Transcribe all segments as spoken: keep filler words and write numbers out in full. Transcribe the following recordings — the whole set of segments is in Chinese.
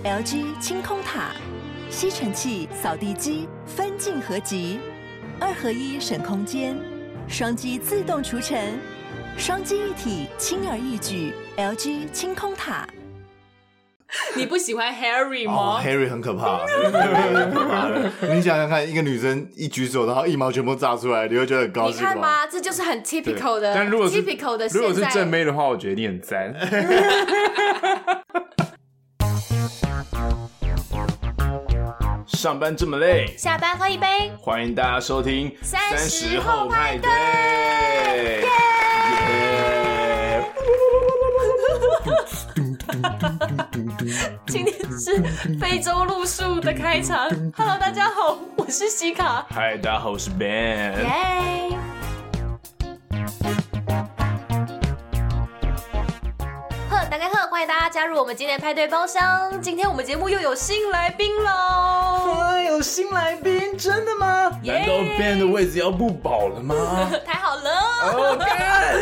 L G 清空塔，吸尘器、扫地机分镜合集，二合一省空间，双击自动除尘，双击一体轻而易举。L G 清空塔。 你不喜欢 Harry 吗、 哦、Harry 很可怕很可怕的你想想看，一个女生一举手然后一毛全部炸出来，你会觉得很高兴吗？ 你看吗？这就是很 typical 的， 但如果是 typical 的现在， 如果是正妹的话，我觉得你很赞上班这么累， 下班喝一杯， 欢迎大家收听三十后派对， 耶今天是非洲路数的开场。Hello， 大家好，我是西卡。 嗨，大家好，我是 Ben。 耶！呵，大家好，欢迎大家加入我们今天的派对包厢。今天我们节目又有新来宾喽！ 有新来宾，真的吗？ Yeah! 难道 Ben 的位置要不保了吗？ 太好了！ 哦，干！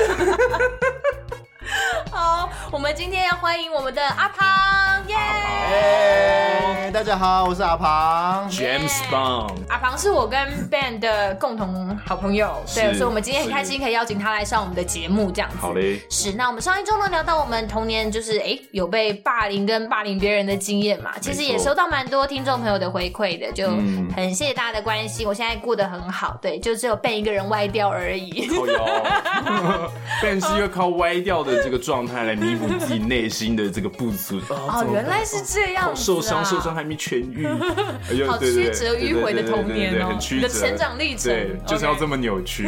好，我们今天要欢迎我们的阿庞，耶、 欸！大家好，我是阿庞 James Bond。 阿庞是我跟 Ben 的共同好朋友，对，所以我们今天很开心可以邀请他来上我们的节目，这样子。 好嘞。 是，那我们上一周呢聊到我们童年就是哎有被霸凌跟霸凌别人的经验嘛，其实也收到蛮多听众朋友的回馈的，就很谢谢大家的关心。我现在过得很好，对，就只有 Ben 一个人歪掉而已。 靠腰Ben 是一个靠歪掉的这个状态来弥补自己内心的这个不足。 哦，原来是这样子、啊， 受伤受伤还没痊愈， 好曲折迂回的童年哦，你的成长历程， 对，就是要这么扭曲。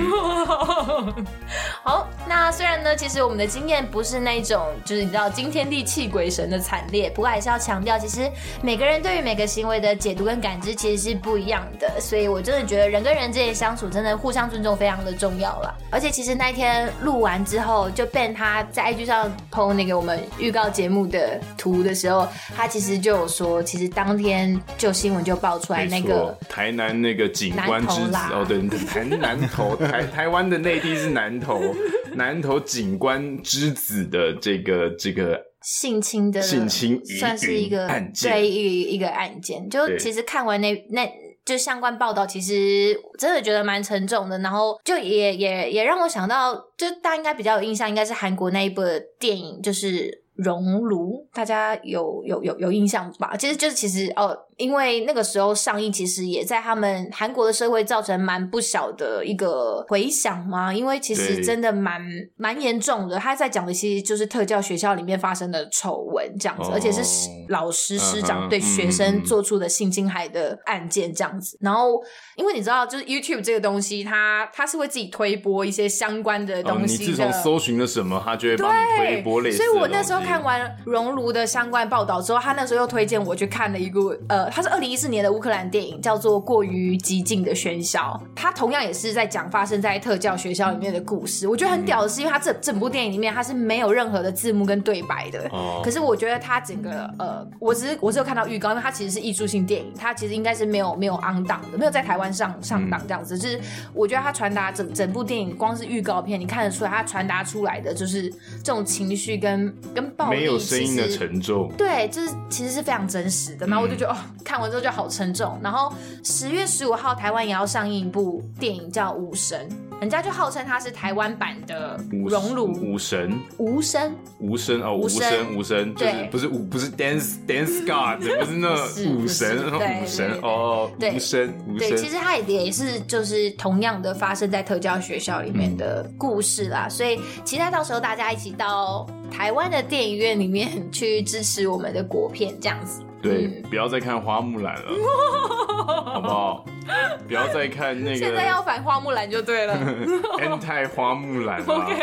好，那虽然呢，其实我们的经验不是那种就是你知道惊天地泣鬼神的惨烈，不过还是要强调，其实每个人对于每个行为的解读跟感知其实是不一样的，所以我真的觉得人跟人之间相处真的互相尊重非常的重要啦。而且其实那一天录完之后，就 Ben 他在 I G 上 po 那个我们预告节目的图的时候，他其实就有说，其实当天就新闻就爆出来那个台南那个景观之子哦，对，台南投台台湾的内地是南投，南投景观之子的这个这个性侵的性侵算是一个案件， 对，一个一个案件。就其实看完那那就相关报道，其实真的觉得蛮沉重的。然后就也也也让我想到，就大家应该比较有印象，应该是韩国那一部电影，就是熔炉，大家有有有有印象吧？其实就是其实哦，因为那个时候上映，其实也在他们韩国的社会造成蛮不小的一个回响嘛。因为其实真的蛮蛮严重的，他在讲的其实就是特教学校里面发生的丑闻这样子，哦、而且是老师师长对学生做出的性侵害的案件这样子。然后因为你知道，就是 YouTube 这个东西，它它是会自己推播一些相关的东西的。 哦、你自从搜寻了什么，它就会帮你推播类似的东西。 所以我那时候看完熔炉的相关报道之后，他那时候又推荐我去看了一个呃，它是二零一四年的乌克兰电影，叫做《过于激进的喧嚣》。它同样也是在讲发生在特教学校里面的故事。我觉得很屌的是，因为它这整部电影里面它是没有任何的字幕跟对白的。哦、可是我觉得它整个呃，我只是我只有看到预告，因为它其实是艺术性电影，它其实应该是没有没有 on 档的，没有在台湾上上档这样子。嗯、就是我觉得它传达整整部电影，光是预告片你看得出来，它传达出来的就是这种情绪跟跟暴力。 没有声音的沉重， 对，就是其实是非常真实的。然后我就觉得、嗯、哦，看完之后就好沉重。然后十月十五号台湾也要上映一部电影叫《无声》，人家就号称它是台湾版的熔炉。 无声， 无声， 无声哦，无声，无声，就是不是不是 dance dance god， 不是那武神，武神哦，无声，无声。 对，其实它也是就是同样的发生在特教学校里面的故事啦，嗯、所以期待到时候大家一起到台湾的电影院里面去支持我们的国片，这样子。 对，嗯、不要再看花木兰了，好不好？不要再看那个。 现在要反花木兰就对了。 anti 花木兰。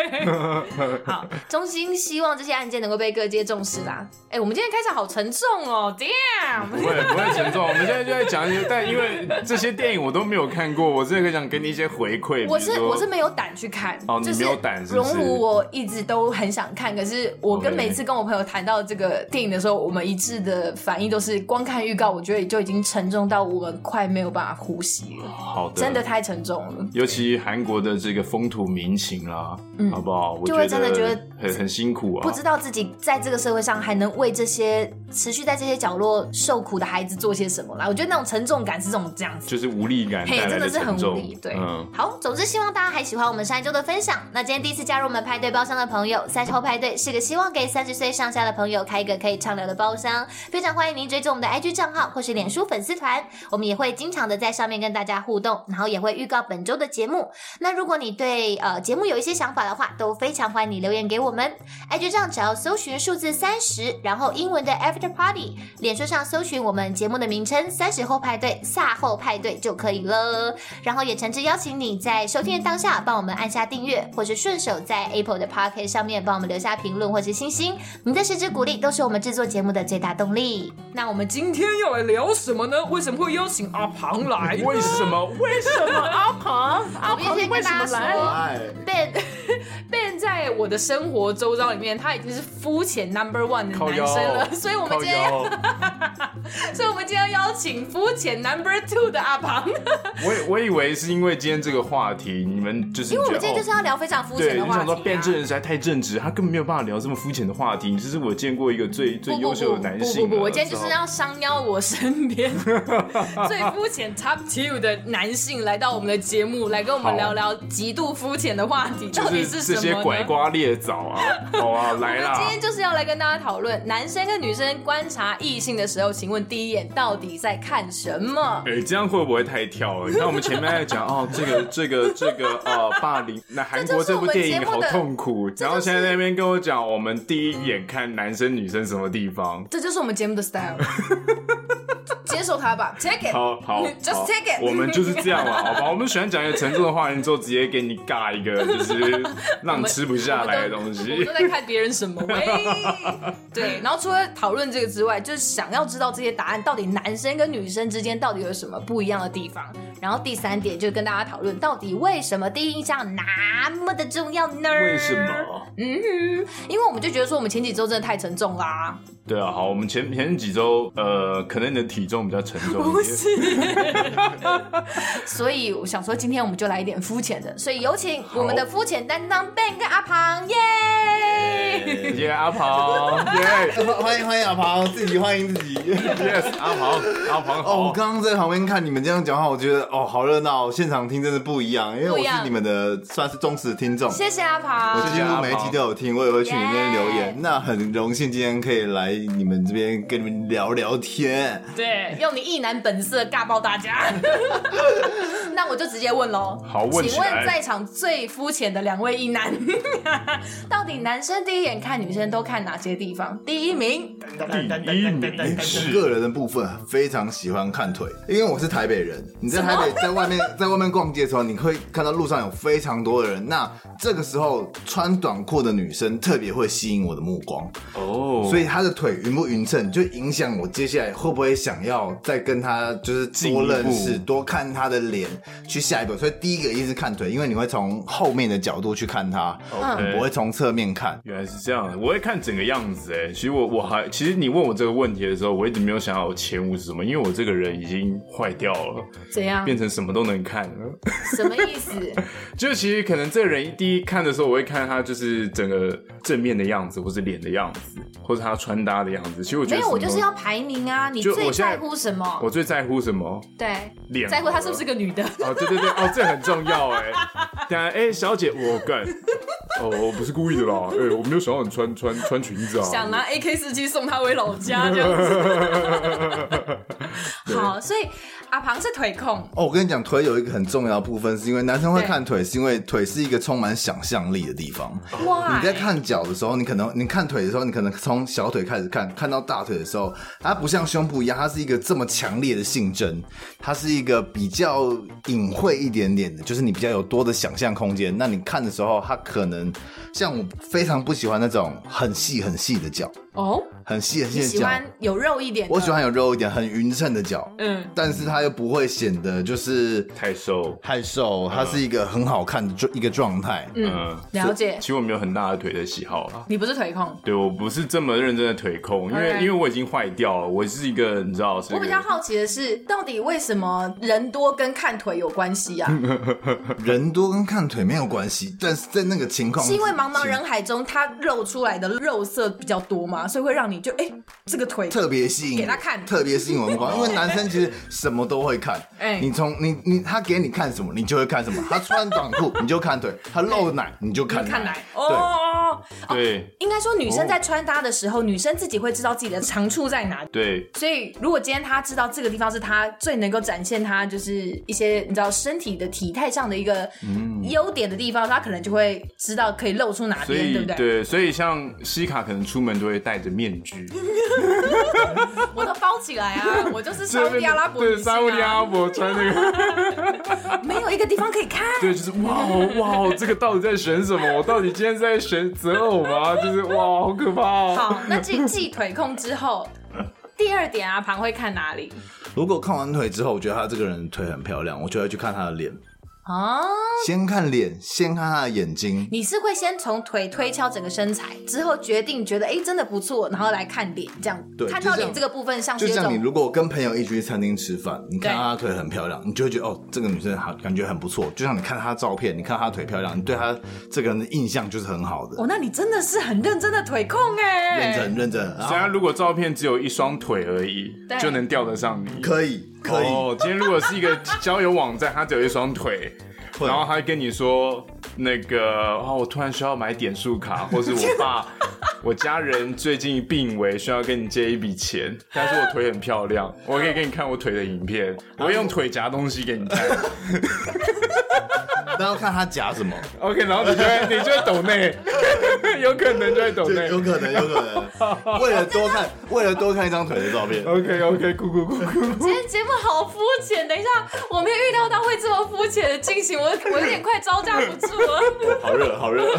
OK。好，衷心希望这些案件能够被各界重视啦。哎、欸，我们今天开场好沉重哦 ，Damn！ 不会不会沉重，我们现在就在讲一些，但因为这些电影我都没有看过，我真的想给你一些回馈。 我是我是没有胆去看。 哦，你没有胆是不是？ 熔炉我一直都很想看，可是我跟每次跟我朋友谈到这个电影的时候，我们一致的反应都是光看预告，我觉得就已经沉重到我们快没有办法呼呼吸了。 好的， 真的太沉重了。 尤其韩国的这个风土民情啦，嗯、好不好？我就会真的觉得很很辛苦啊， 不知道自己在这个社会上还能为这些持续在这些角落受苦的孩子做些什么啦。我觉得那种沉重感是这种这样子， 就是无力感带来的沉重， 真的是很无力。对，嗯、好，总之希望大家还喜欢我们上一周的分享。那今天第一次加入我们派对包厢的朋友，三十后派对是个希望给三十岁上下的朋友开一个可以畅聊的包厢，非常欢迎您追踪我们的 I G 账号或是脸书粉丝团，我们也会经常的在上面跟大家互动，然后也会预告本周的节目。那如果你对呃节目有一些想法的话，都非常欢迎你留言给我们。I G 上只要搜寻数字三十，然后英文的 After Party， 脸书上搜寻我们节目的名称三十后派对、赛后派对就可以了。然后也诚挚邀请你在收听的当下帮我们按下订阅，或是顺手在 Apple 的 Podcast 上面帮我们留下评论或是星星，你的实质鼓励都是我们制作节目的最大动力。那我们今天要来聊什么呢？为什么会邀请阿庞来？ 为什么？为什么阿庞？ 阿庞为什么来 ？Ben Ben 在我的生活周遭里面，他已经是肤浅 number one 的男生了，所以我们今天要，所以我们今天要邀请肤浅 number two 的阿庞。 我我以为是因为今天这个话题，你们就是因为我们今天就是要聊非常肤浅的话题、啊。对，你想说 Ben 这人实在太正直，他根本没有办法聊这么肤浅的话题。这是我见过一个最最优秀的男性。 不不不，我今天就是要商邀我身边最肤浅 top two 的男性来到我们的节目，来跟我们聊聊极度肤浅的话题，到底是什么呢？ 这些拐瓜裂枣啊，好啊，来啦！ 我们今天就是要来跟大家讨论男生跟女生观察异性的时候，请问第一眼到底在看什么？ 哎、欸，这样会不会太跳了？你看我们前面在讲哦，这个这个这个呃霸凌，那韩国这部电影好痛苦，然后现在在那边跟我讲，我们第一眼看男生女生什么地方？ 这就是我们节目的 style。接受它吧 ，take it。 好好 ，just take it。 我们就是这样嘛，好吧？我们喜欢讲一个沉重的话题之后，直接给你尬一个，就是让你吃不下来的东西。 我们都在看别人什么喂？对，然后除了讨论这个之外，就是想要知道这些答案到底男生跟女生之间到底有什么不一样的地方。然后第三点就是跟大家讨论，到底为什么第一印象那么的重要呢？ 为什么？ 嗯哼，因为我们就觉得说我们前几周真的太沉重啦。 对啊，好，我们前前几周，呃，可能你的体重比较沉重一点， 不是，所以我想说，今天我们就来一点肤浅的，所以有请我们的肤浅担当 Ben 跟阿庞，耶！ 耶，阿庞，耶！ 欢迎欢迎阿庞，自己欢迎自己 ，yes， 阿庞，阿庞好。 哦，我刚刚在旁边看你们这样讲话，我觉得哦，好热闹，现场听真的不一样，因为我是你们的算是忠实听众。 谢谢阿庞， 我几乎每一集都有听，我也会去里面留言。那很荣幸今天可以来你们这边跟你们聊聊天。 对，用你异男本色尬爆大家。那我就直接问喽。 好，问起来。 请问在场最肤浅的两位异男，到底男生第一眼看女生都看哪些地方？第一名， 第一名是个人的部分，非常喜欢看腿，因为我是台北人。你在台北，在外面在外面逛街的时候，你会看到路上有非常多的人。那这个时候穿短裤的女生特别会吸引我的目光哦，所以她的腿匀不匀称，就影响我接下来会不会想要再跟她就是多认识、多看她的脸，去下一步。所以第一个一定是看腿，因为你会从后面的角度去看她，嗯，不会从侧面看。 原来是这样，我会看整个样子哎。其实我我还其实你问我这个问题的时候，我一直没有想到我前五是什么，因为我这个人已经坏掉了， 怎样变成什么都能看了？ 什么意思？ 就其实可能这个人第一看的时候，我会看他就是整个正面的样子，或是脸的样子，或是他穿搭的样子。其实我觉得没有，我就是要排名啊！你最在乎什么？ 我最在乎什么？ 对， 脸， 在乎她是不是个女的？ 哦，对对对，哦，这很重要哎。等下，哎，小姐，我干。哦，我不是故意的啦，哎、欸，我没有想要你穿穿穿裙子啊， 想拿 A K 四十七送他回老家这样子。好，所以阿庞是腿控。 哦，我跟你讲，腿有一个很重要的部分，是因为男生会看腿，是因为腿是一个充满想象力的地方。哇！你在看脚的时候，你可能你看腿的时候，你可能从小腿开始看，看到大腿的时候，它不像胸部一样，它是一个这么强烈的性征，它是一个比较隐晦一点点的，就是你比较有多的想象空间。那你看的时候，它可能像我非常不喜欢那种很细很细的脚。 哦， 很细很细的脚。 你喜欢有肉一点的？ 我喜欢有肉一点、很匀称的脚。 嗯， 但是它又不会显得就是太瘦， 太瘦，它是一个很好看的一个状态。 嗯，了解。 其实我没有很大的腿的喜好啦。 你不是腿控？ 对，我不是这么认真的腿控，因为、okay. 因为我已经坏掉了。我是一个你知道， 我比较好奇的是，到底为什么人多跟看腿有关系啊？ 人多跟看腿没有关系，但是在那个情况是因为茫茫人海中，它露出来的肉色比较多嘛，所以会让你就哎、欸，这个腿特别吸引， 给他看， 特别吸引我们光。因为男生其实什么都会看，哎、欸，你从你你他给你看什么，你就会看什么。他穿短裤你就看腿，他露奶你就看奶。 看奶哦， 对， 哦应该说女生在穿搭的时候，哦、女生自己会知道自己的长处在哪里。 对， 所以如果今天她知道这个地方是她最能够展现她就是一些你知道身体的体态上的一个优点的地方，她可能就会知道可以露出哪边，对不对？ 对，所以像西卡可能出门都会戴着面具， 我都包起来啊，我就是沙烏地阿拉伯女性啊， 对，沙烏地阿拉伯穿那个，没有一个地方可以看。 对，就是哇哇，这个到底在选什么？我到底今天是在选择偶吗？就是哇，好可怕哦。 好，那继继腿控之后，第二点啊，庞会看哪里？ 如果看完腿之后，我觉得他这个人腿很漂亮，我就会去看他的脸。 哦， 先看脸，先看他的眼睛。 你是会先从腿推敲整个身材，之后决定觉得哎、欸、真的不错，然后来看脸，这样。对，看到脸这个部分像是就像你如果跟朋友一起去餐厅吃饭，你看她腿很漂亮，你就会觉得哦这个女生好感觉很不错。就像你看她照片，你看她腿漂亮，你对她这个人的印象就是很好的。 哦，那你真的是很认真的腿控哎、 欸，认真认真。 虽然如果照片只有一双腿而已，就能钓得上你， 可以可以。 哦，今天如果是一个交友网站，它只有一双腿。然后他会跟你说那个哦，我突然需要买点数卡，或是我爸我家人最近病危，需要跟你借一笔钱，但是我腿很漂亮，我可以给你看我腿的影片，我会用腿夹东西给你看。 然后看他夹什么 ，OK， 然后你就会你就会抖内，有可能就会抖内， 有可能有可能，为了多看为了多看一张腿的照片 ，OK OK， 酷酷酷酷。 今天节目好肤浅，等一下我没有预料到会这么肤浅的进行，我我有点快招架不住了， 好热好热，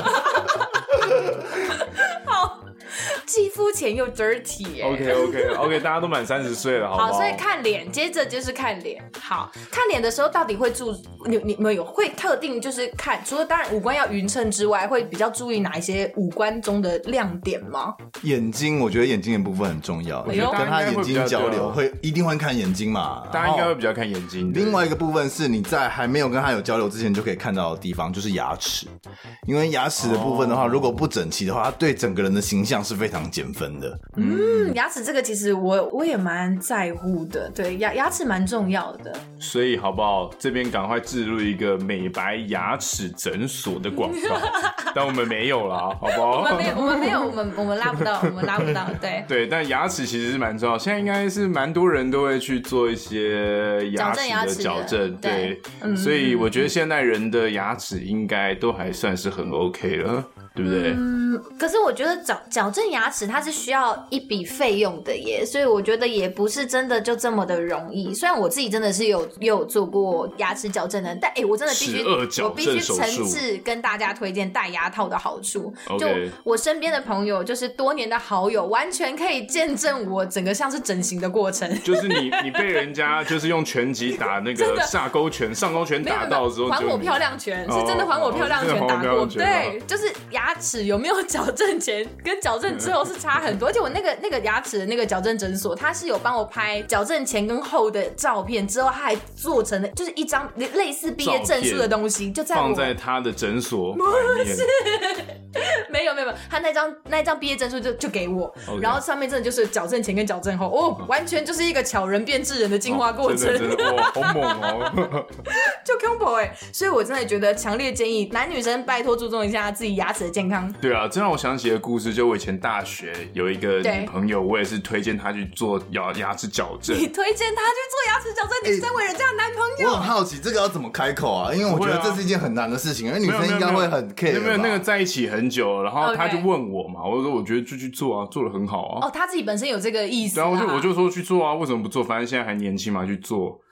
好。既肤浅又 dirty 耶、欸。 OK OK OK， 大家都满三十岁了，好不好？ 好，所以看脸，接着就是看脸。好看脸的时候，到底会注你你们有会特定就是看，除了当然五官要匀称之外，会比较注意哪一些五官中的亮点吗？ 眼睛，我觉得眼睛的部分很重要，我觉得跟他眼睛交流会一定会看眼睛嘛。 大家应该会比较看眼睛。 另外一个部分是你在还没有跟他有交流之前就可以看到的地方，就是牙齿。因为牙齿的部分的话，哦、如果不整齐的话，它对整个人的形象是非常减分的。 嗯，牙齿这个其实我我也蛮在乎的，对牙牙齿蛮重要的。 所以好不好？这边赶快置入一个美白牙齿诊所的广告，但我们没有啦，好不好？ 我们没有，我们没有，我们我们拉不到，我们拉不到，对对。但牙齿其实是蛮重要，现在应该是蛮多人都会去做一些牙齿的矫正，对。对嗯、所以我觉得现代人的牙齿应该都还算是很 OK 了。对不对？ 嗯，可是我觉得矫矫正牙齿它是需要一笔费用的耶，所以我觉得也不是真的就这么的容易。虽然我自己真的是有有做过牙齿矫正的，但哎，我真的必须我必须诚挚跟大家推荐戴牙套的好处。 Okay. 就我身边的朋友，就是多年的好友，完全可以见证我整个像是整形的过程。 就是你你被人家就是用拳击打那个下勾拳、上勾拳打到之后， 还我漂亮拳，是真的还我漂亮拳打过。对，就是牙。牙齿有没有矫正前跟矫正之后是差很多，而且我那个那个牙齿的那个矫正诊所，他是有帮我拍矫正前跟后的照片，之后他还做成了就是一张类似毕业证书的东西，就在我放在他的诊所不是没有没有没有，他那张那张毕业证书就就给我， okay. 然后上面真的就是矫正前跟矫正后，哦，完全就是一个巧人变智人的进化过程， 哦、真的真的哇，好猛哦， 就 combo 哎，所以我真的觉得强烈建议男女生拜托注重一下自己牙齿的健康。 对啊，这让我想起一个故事，就我以前大学有一个女朋友，我也是推荐她去做牙牙齿矫正。 你推荐她去做牙齿矫正，你身为人家的男朋友？ 我很好奇这个要怎么开口啊？因为我觉得这是一件很难的事情，因为女生应该会很 care。 没有那个在一起很久，然后他就问我嘛，我就说我觉得就去做啊，做得很好啊。 哦，他自己本身有这个意思、啊。 然后我就我就说去做啊，为什么不做？反正现在还年轻嘛，去做。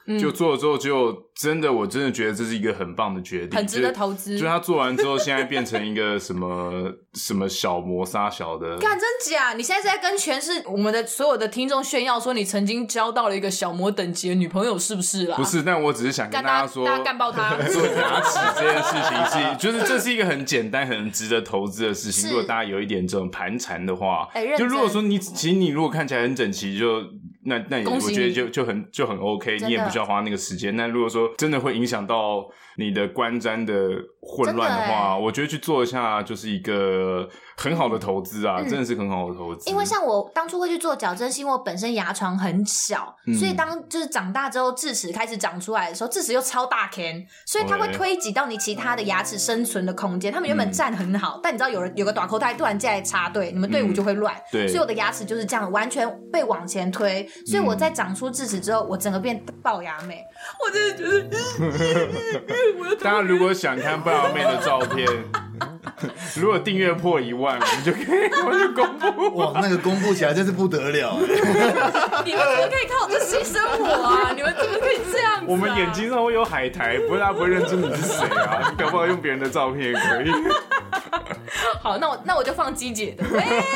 就做了之后就真的我真的觉得这是一个很棒的决定， 很值得投资。 就他做完之后现在变成一个什么什么小磨砂小的， 干真假？你现在是在跟全市我们的所有的听众炫耀说你曾经交到了一个小魔等级的女朋友是不是啦？ 不是，但我只是想跟大家说， 大家干爆他。 做牙齿这件事情是，就是这是一个很简单、很值得投资的事情。如果大家有一点这种盘缠的话， 欸、 就如果说你其实你如果看起来很整齐，就那那你我觉得就就很就很 OK， 你也不需要花那个时间。那如果说真的会影响到你的观瞻的混乱的话，我觉得去做一下就是一个很好的投资啊、嗯，真的是很好的投资。 因为像我当初会去做矫正，是因为我本身牙床很小，嗯、所以当就是长大之后智齿开始长出来的时候，智齿又超大坑，所以它会推挤到你其他的牙齿生存的空间。他们原本站很好，嗯、但你知道有人有个短口袋突然进来插队，你们队伍就会乱、嗯。对，所以我的牙齿就是这样完全被往前推，所以我在长出智齿之后，我整个变龅牙妹。我真的觉得， 大家如果想看龅牙妹的照片。如果订阅破一万，我们就可以，我就公布。 哇，那个公布起来真是不得了！ 你们怎么可以靠这牺牲我啊？你们怎么可以这样子、啊？ 我们眼睛上会有海苔，不然大家不会认出你是谁啊？你搞不好用别人的照片也可以。 好，那我那我就放鸡姐的。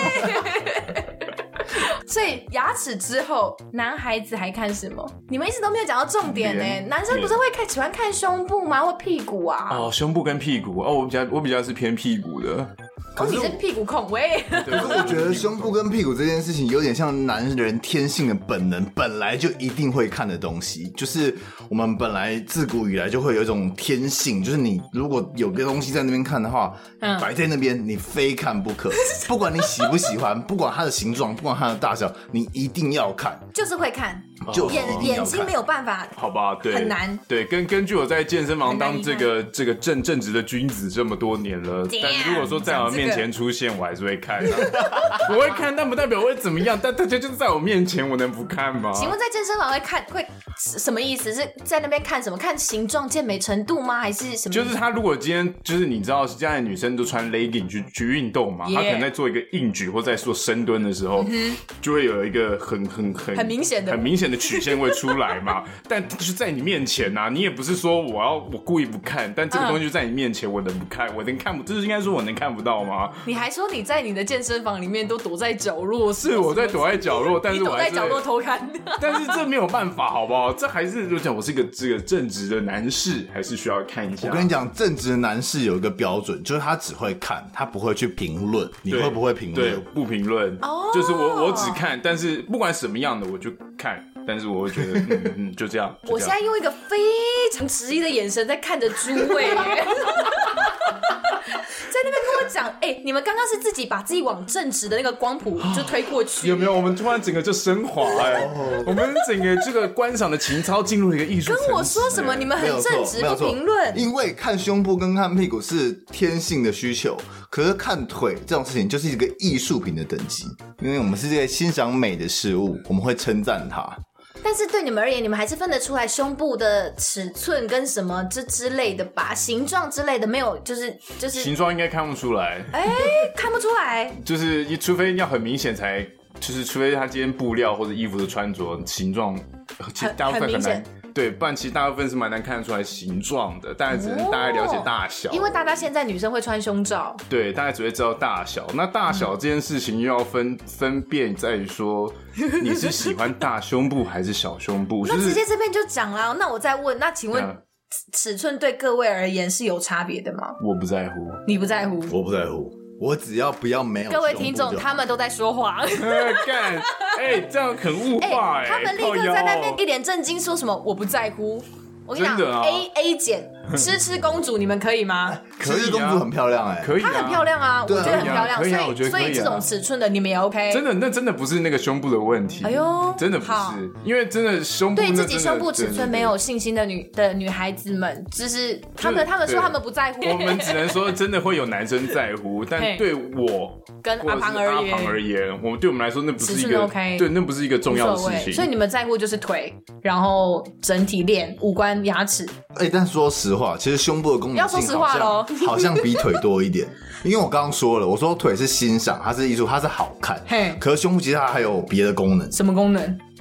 所以牙齿之后，男孩子还看什么？你们一直都没有讲到重点呢、欸。男生不是会看喜欢看胸部吗？或屁股啊？ 哦，胸部跟屁股哦，我比较我比较是偏屁股的。 哦，你是屁股控喂。 可是我觉得胸部跟屁股这件事情有点像男人天性的本能，本来就一定会看的东西，就是我们本来自古以来就会有一种天性，就是你如果有个东西在那边看的话，嗯、摆在那边你非看不可，不管你喜不喜欢，不管它的形状，不管它的大小，你一定要看， 就是会看。 就眼眼睛没有办法， 好吧，对， 很难。 对，根根据我在健身房当这个这个正正直的君子这么多年了，但如果说在我面前出现，我还是会看、啊。我会看，但不代表我会怎么样。但大家就是在我面前，我能不看吗？ 请问在健身房会看会什么意思？是在那边看什么？看形状、健美程度吗？还是什么？ 就是他如果今天就是你知道，现在女生都穿 legging 去去运动嘛，她、yeah. 可能在做一个硬举或在做深蹲的时候，嗯、就会有一个很很很很明显的很明显的曲线会出来嘛。但就是在你面前啊，你也不是说我要我故意不看，但这个东西就在你面前，我能不看？我能看不？就是应该说我能看不到吗？ 你还说你在你的健身房里面都躲在角落， 是我在躲在角落，但是我还是你躲在角落偷看。 但是这没有办法，好不好？这还是就讲我是一个这个正直的男士，还是需要看一下。 我跟你讲，正直的男士有一个标准，就是他只会看，他不会去评论。你会不会评论？ 对，不评论。哦，就是我我只看，但是不管什么样的我就看。但是我会觉得，嗯嗯，就这样。 我现在用一个非常迟疑的眼神在看着诸位，在那边跟我讲，哎、欸，你们刚刚是自己把自己往正直的那个光谱就推过去， 有没有？我们突然整个就升华哎、欸，我们整个这个观赏的情操进入了一个艺术。 跟我说什么？你们很正直不评论？ 因为看胸部跟看屁股是天性的需求，可是看腿这种事情就是一个艺术品的等级，因为我们是在欣赏美的事物，我们会称赞它。 但是对你们而言，你们还是分得出来胸部的尺寸跟什么这之类的吧，形状之类的没有，就是就是形状应该看不出来， 哎、欸，看不出来， 就是除非要很明显才，就是除非他今天布料或者衣服的穿着形状，其实大部分很难。对，不然其实大部分是蛮难看得出来形状的，大概只能大概了解大小、哦。 因为大家现在女生会穿胸罩， 对，大概只会知道大小。那大小这件事情又要分、嗯、分辨在于说，你是喜欢大胸部还是小胸部？ 那直接这边就讲了。那我再问，那请问尺寸对各位而言是有差别的吗？ 我不在乎， 你不在乎， 我不在乎。我只要不要没有。 各位听众，他们都在说谎。 干，哎，这样很物化哎、欸。 他们立刻在那边一脸震惊，说什么我不在乎。我跟你讲、啊、，A A 减吃吃公主，你们可以吗？ 可以、啊，吃吃公主很漂亮哎、欸， 可以、啊， 她很漂亮啊，我觉得很漂亮， 可以啊， 所以我觉得可以、啊、 所以这种尺寸的你们也 OK。 真的，那真的不是那个胸部的问题。 哎呦， 真的不是，因为真的胸部对自己胸部尺寸没有信心的女的女孩子们，就是他们他们说他们不在乎。 我们只能说真的会有男生在乎，但对我跟阿庞而言， 阿庞而言，我们对我们来说那不是一个 OK， 对，那不是一个重要的事情。 所以你们在乎就是腿，然后整体脸、五官、牙齿。 哎、欸，但说实话，其实胸部的功能性要说实话咯好像比腿多一点。因为我刚刚说了，我说腿是欣赏，它是艺术，它是好看。嘿，可是胸部其实它还有别的功能。 什么功能？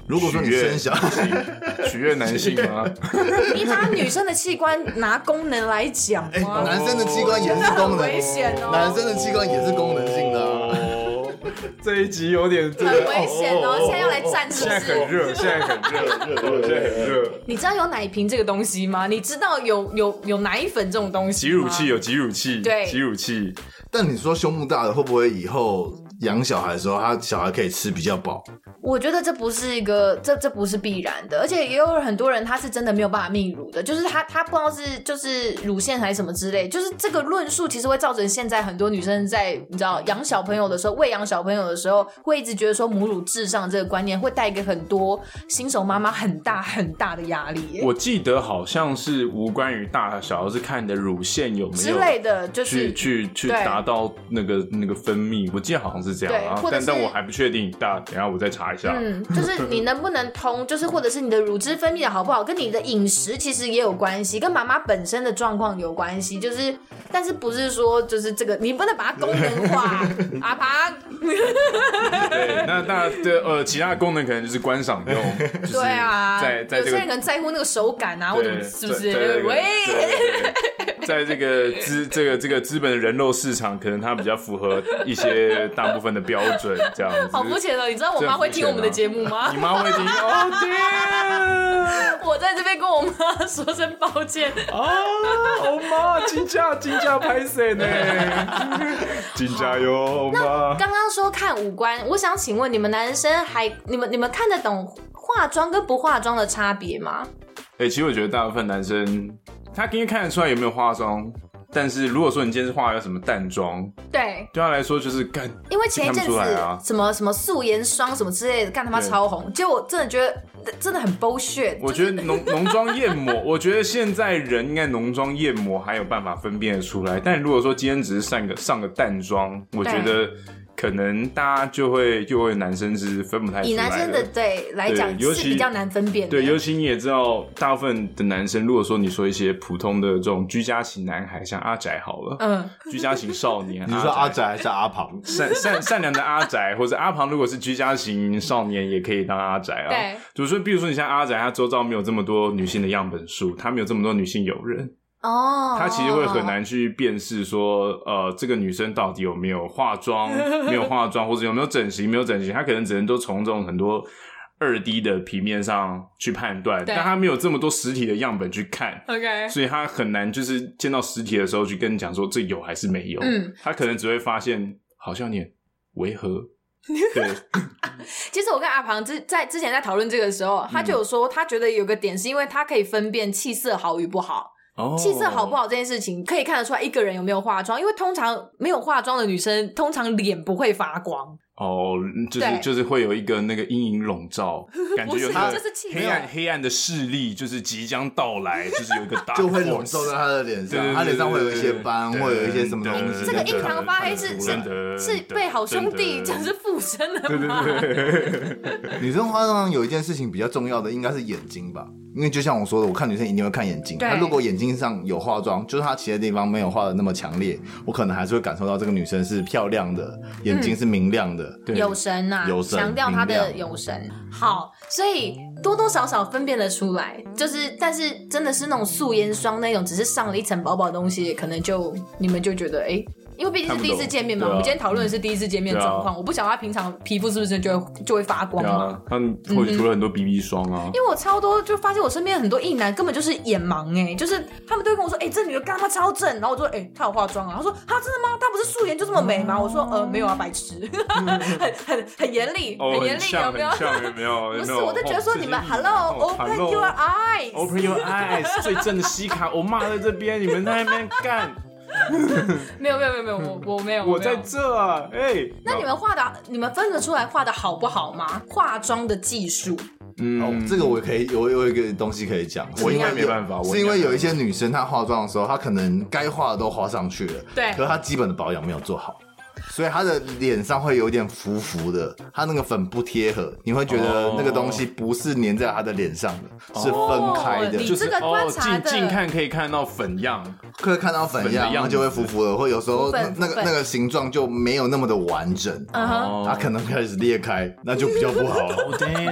如果说你生小孩， 取悦男性吗？ 你拿女生的器官拿功能来讲吗？ 欸、男生的器官也是功能， 危险哦。 男生的器官也是功能性的、啊。 这一集有点很危险哦！现在要来战是不是？ 现在很热，现在很热，热热，现在很热。 你知道有奶瓶这个东西吗？你知道有有有奶粉这种东西吗？ 挤乳器有挤乳器， 对， 挤乳器。 但你说胸部大的会不会以后养小孩的时候，他小孩可以吃比较饱？ 我觉得这不是一个，这这不是必然的，而且也有很多人他是真的没有办法泌乳的，就是他他不知道是就是乳腺还是什么之类，就是这个论述其实会造成现在很多女生在你知道养小朋友的时候，喂养小朋友的时候，会一直觉得说母乳至上这个观念会带给很多新手妈妈很大很大的压力耶。 我记得好像是无关于大小，是看你的乳腺有没有之类的，就是去去去达到那个那个分泌，我记得好像是这样啊，但但我还不确定，大等一下我再查一下。 嗯，就是你能不能通，就是或者是你的乳汁分泌的好不好，跟你的饮食其实也有关系，跟妈妈本身的状况有关系。就是，但是不是说就是这个，你不能把它功能化，阿庞。 对，那那的呃，其他的功能可能就是观赏用。就是、 对啊， 在在、这个、 有些人可能在乎那个手感啊，或者是不是？喂。 在这个资这个这个资本的人肉市场，可能它比较符合一些大部分的标准，这样子。 好肤浅哦！你知道我妈会听我们的节目吗？ 你妈会听？哦天！ 我在这边跟我妈说声抱歉。 啊，我妈金价金价拍谁呢？金价哟， 那妈。 刚刚说看五官，我想请问你们男生还你们你们看得懂化妆跟不化妆的差别吗？ 哎、欸，其实我觉得大部分男生。他应该看得出来有没有化妆，但是如果说你今天是化了什么淡妆， 对， 对他来说就是干， 因为前一阵子、啊、什么什么素颜霜什么之类的，干他妈超红，结果我真的觉得真的很 bullshit。 我觉得浓浓妆艳抹，我觉得现在人应该浓妆艳抹还有办法分辨得出来，但如果说今天只是上个上个淡妆，我觉得。可能大家就会就会男生是分不太出来的， 以男生的对来讲是比较难分辨的。 对，尤其你也知道，大部分的男生，如果说你说一些普通的这种居家型男孩，像阿宅好了，嗯，居家型少年， 你说阿宅还是阿庞？ 善善善良的阿宅，或者阿庞，如果是居家型少年，也可以当阿宅啊。 对， 就是说，比如说你像阿宅，他周遭没有这么多女性的样本数，他没有这么多女性友人。 哦， 他其实会很难去辨识说，呃，这个女生到底有没有化妆，没有化妆，或者有没有整形，没有整形，他可能只能都从这种很多二 D 的平面上去判断，但他没有这么多实体的样本去看 ，OK， 所以他很难就是见到实体的时候去跟你讲说这有还是没有，嗯，他可能只会发现好像有点违和。对， 其实我跟阿庞之在之前在讨论这个的时候，他就有说他觉得有个点是因为他可以分辨气色好与不好。 哦， 气色好不好这件事情可以看得出来一个人有没有化妆，因为通常没有化妆的女生通常脸不会发光。 哦，就是就是会有一个那个阴影笼罩，感觉有那个黑暗黑暗的势力就是即将到来，就是有一个打就会笼罩在他的脸上，他脸上会有一些斑，会有一些什么东西。 这个印堂发黑是是是被好兄弟就是附身了吗？ 女生化妆有一件事情比较重要的，应该是眼睛吧。因为就像我说的，我看女生一定会看眼睛。她如果眼睛上有化妆，就是她其他地方没有画的那么强烈，我可能还是会感受到这个女生是漂亮的，眼睛是明亮的， 嗯、有神啊， 有神， 强调她的有神。好，所以多多少少分辨得出来，就是但是真的是那种素颜霜那种，只是上了一层薄薄的东西，可能就你们就觉得哎。欸因为毕竟是第一次见面嘛，啊、我们今天讨论的是第一次见面的状况、啊，我不晓得他平常皮肤是不是就会就会发光嘛？ 啊、他或者涂了很多 B B 霜啊、嗯。 因为我超多就发现我身边很多异男根本就是眼盲哎、欸，就是他们都会跟我说，哎、欸，这女的干嘛超正？然后我说，哎、欸，她有化妆啊？他说，啊，真的吗？她不是素颜就这么美吗？我说，呃，没有啊，白痴，很很很严厉， 哦、 很严厉，有没有？ 有没有？ 不是，我就觉得说你们 ，Hello，Open your eyes，Open your eyes， 最正的西卡，我妈在这边，你们在那边干。 没有没有没有没有，我我没有， 我在这啊！哎、欸， 那你们画的，你们分得出来画的好不好吗？化妆的技术， 嗯、哦，这个我可以，我有一个东西可以讲。 我应该没办法， 是因为有一些女生她化妆的时候，她可能该化的都化上去了， 对， 可是她基本的保养没有做好。所以她的脸上会有点浮浮的，她那个粉不贴合，你会觉得那个东西不是粘在她的脸上的，哦、是分开的。 你这个观察的， 近近看可以看到粉样， 可以看到粉样，然后就会浮浮的，或有时候那个那个形状就没有那么的完整， 哦， 它可能开始裂开，那就比较不好了。 Oh damn！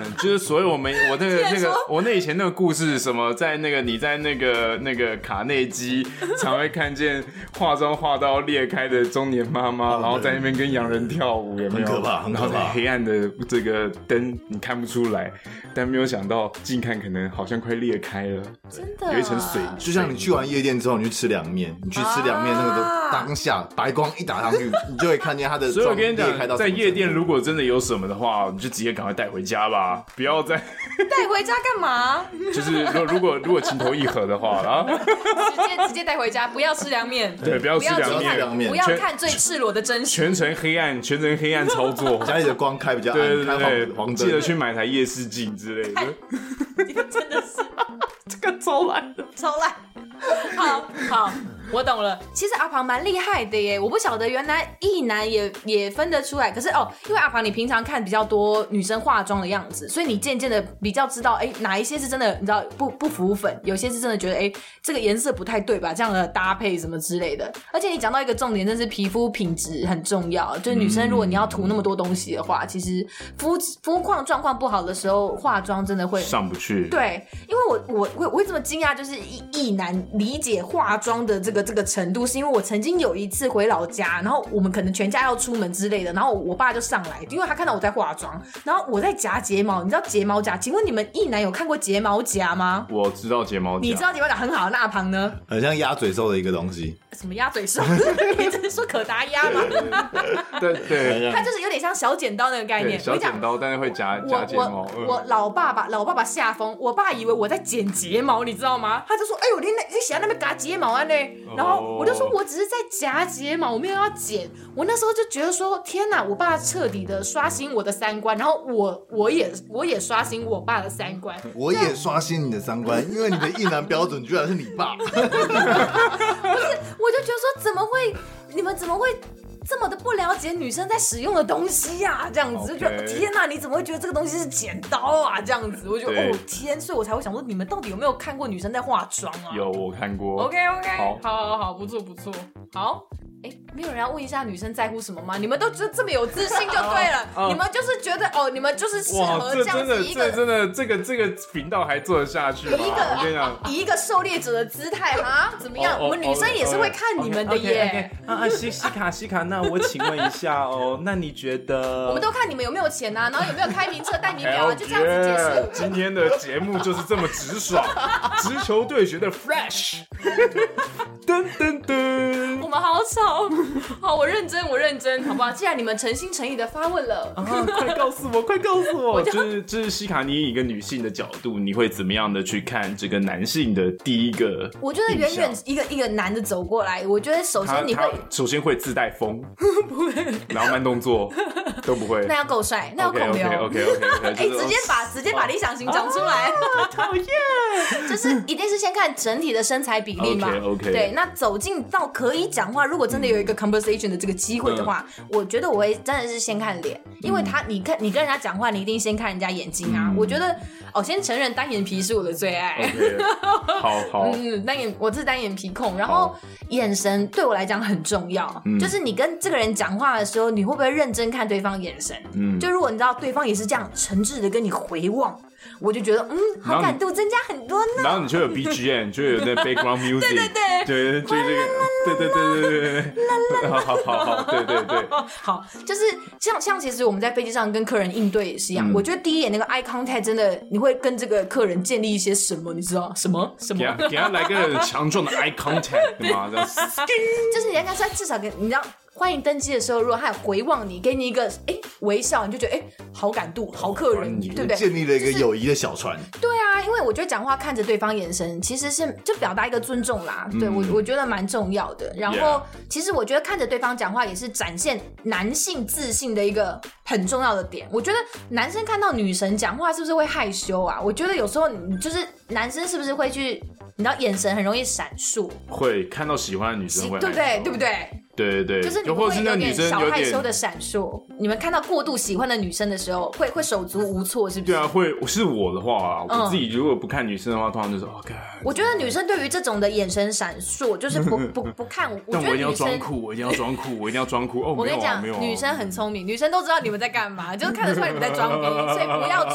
就是所以我们我那个那个我那以前那个故事什么，在那个你在那个那个卡内基常会看见化妆化到裂开的中年妈妈，然后在那边跟洋人跳舞，有没有？ 很可怕，很可怕。 然后在黑暗的这个灯你看不出来，但没有想到近看可能好像快裂开了， 真的有一层水， 就像你去完夜店之后，你去吃凉面，你去吃凉面那个当下白光一打上去，你就会看见它的。 所以我跟你讲，在夜店如果真的有什么的话，你就直接赶快带回家吧，不要再带回家干嘛？ 就是如果如果如果情投意合的话，然后直接直接带回家，不要吃凉面， 对，不要吃凉面， 不要看最赤裸的真实， 全程黑暗，全程黑暗操作， 家里的光开比较暗， 对对对， 开黄灯， 记得去买台夜视镜之类的。 你真的是这个超烂的， 超烂。好好，我懂了。其实阿庞蛮厉害的耶，我不晓得原来异男也也分得出来。可是哦，因为阿庞你平常看比较多女生化妆的样子，所以你渐渐的比较知道，哎，哪一些是真的，你知道不不浮粉，有些是真的觉得，哎，这个颜色不太对吧？这样的搭配什么之类的。而且你讲到一个重点，真是皮肤品质很重要。就是女生如果你要涂那么多东西的话，其实肤肤况状况不好的时候，化妆真的会上不去。 对，因为我我我我会这么惊讶，就是异异男理解化妆的这个这个程度，是因为我曾经有一次回老家，然后我们可能全家要出门之类的，然后我爸就上来，因为他看到我在化妆，然后我在夹睫毛，你知道睫毛夹？请问你们异男有看过睫毛夹吗？ 我知道睫毛夹， 你知道睫毛夹很好，那阿庞呢？ 很像鸭嘴兽的一个东西。 什么鸭嘴兽？你这是说可达鸭吗？ 对对， 它就是有点像小剪刀那个概念。 小剪刀，但是会夹夹睫毛。 我我老爸爸老爸爸下风，我爸以为我在剪睫毛，你知道吗？他就说：“哎呦，你那你想在那边夹睫毛啊呢？”然后我就说：“我只是在夹睫毛，我没有要剪。”我那时候就觉得说：“天哪！”我爸彻底的刷新我的三观，然后我我也我也刷新我爸的三观， 我也刷新你的三观，因为你的异男标准居然是你爸。不是， 我就觉得说怎么会，你们怎么会这么的不了解女生在使用的东西呀、啊？这样子就觉得天哪，你怎么会觉得这个东西是剪刀啊？这样子，我就哦天，所以我才会想说，你们到底有没有看过女生在化妆啊？ 有，我看过。 OK OK， 好，好，好，好，不错不错，好。哎，没有人要问一下女生在乎什么吗？你们都觉得这么有自信就对了，哦、你们就是觉得哦，你们就是适合这样子一个， 这真的，这个这个频道还做得下去吗？ 一个我跟你讲，以一个狩猎者的姿态哈，怎么样？哦、我们女生也是会看你们的耶。 啊啊，西西卡西卡，那我请问一下哦，那你觉得？ 我们都看你们有没有钱啊，然后有没有开名车带名表啊，就这样子结束。 今天的节目就是这么直爽，直球对决的 Fresh， 噔噔噔， 我们好吵。好，我认真，我认真，好不好？既然你们诚心诚意的发问了， 啊，快告诉我，快告诉我， 就是就是西卡，你以一个女性的角度，你会怎么样的去看这个男性的第一个？ 我觉得远远一个一个男的走过来，我觉得首先你会， 首先会自带风，不会，然后慢动作都不会， 那要够帅，那要孔刘 ，OK OK OK， 哎，直接把直接把理想型讲出来， 讨厌， 就是一定是先看整体的身材比例嘛 ，OK OK， 对，那走进到可以讲话，如果真的有一个 conversation 的这个机会的话，嗯、我觉得我会真的是先看脸，因为他你看你跟人家讲话，你一定先看人家眼睛啊。嗯、我觉得哦，先承认单眼皮是我的最爱。 Okay, 好好， 嗯，单眼我是单眼皮控，然后眼神对我来讲很重要，嗯、就是你跟这个人讲话的时候，你会不会认真看对方眼神？嗯，就如果你知道对方也是这样诚挚的跟你回望。我就觉得嗯，好感度增加很多呢。 然后你就有 B G M， 就有那 background music， 对对对， 对，就这个，对对对对对对，好好好好，对对对， 好，就是像像其实我们在飞机上跟客人应对也是一样，嗯、我觉得第一眼那个 eye contact 真的，你会跟这个客人建立一些什么，你知道什么什么？ 给他给他来个强壮的 eye contact 嘛，这样， 就是你要跟他至少跟你知道。欢迎登机的时候，如果他有回望你，给你一个哎微笑，你就觉得哎好感度，好客人，对不对？ 建立了一个友谊的小船。 就是、对啊，因为我觉得讲话看着对方眼神，其实是就表达一个尊重啦。嗯、对我我觉得蛮重要的。然后 yeah. 其实我觉得看着对方讲话也是展现男性自信的一个很重要的点。我觉得男生看到女神讲话是不是会害羞啊？我觉得有时候你就是男生是不是会去，你知道眼神很容易闪烁， 会看到喜欢的女生会， 对不对？对不对？ 对对对， 就是你会有点小害羞的闪烁。你们看到过度喜欢的女生的时候，会会手足无措，是不是？ 对啊，会。是我的话啊，嗯、我自己如果不看女生的话，通常就是哦，看。 我觉得女生对于这种的眼神闪烁，就是不不不看。我但我一定要装酷，我一定要装酷，我一定要装酷。哦， 我跟你讲， 没有啊、 女生很聪明，女生都知道你们在干嘛，就是看得出来你们在装逼，所以不要装了。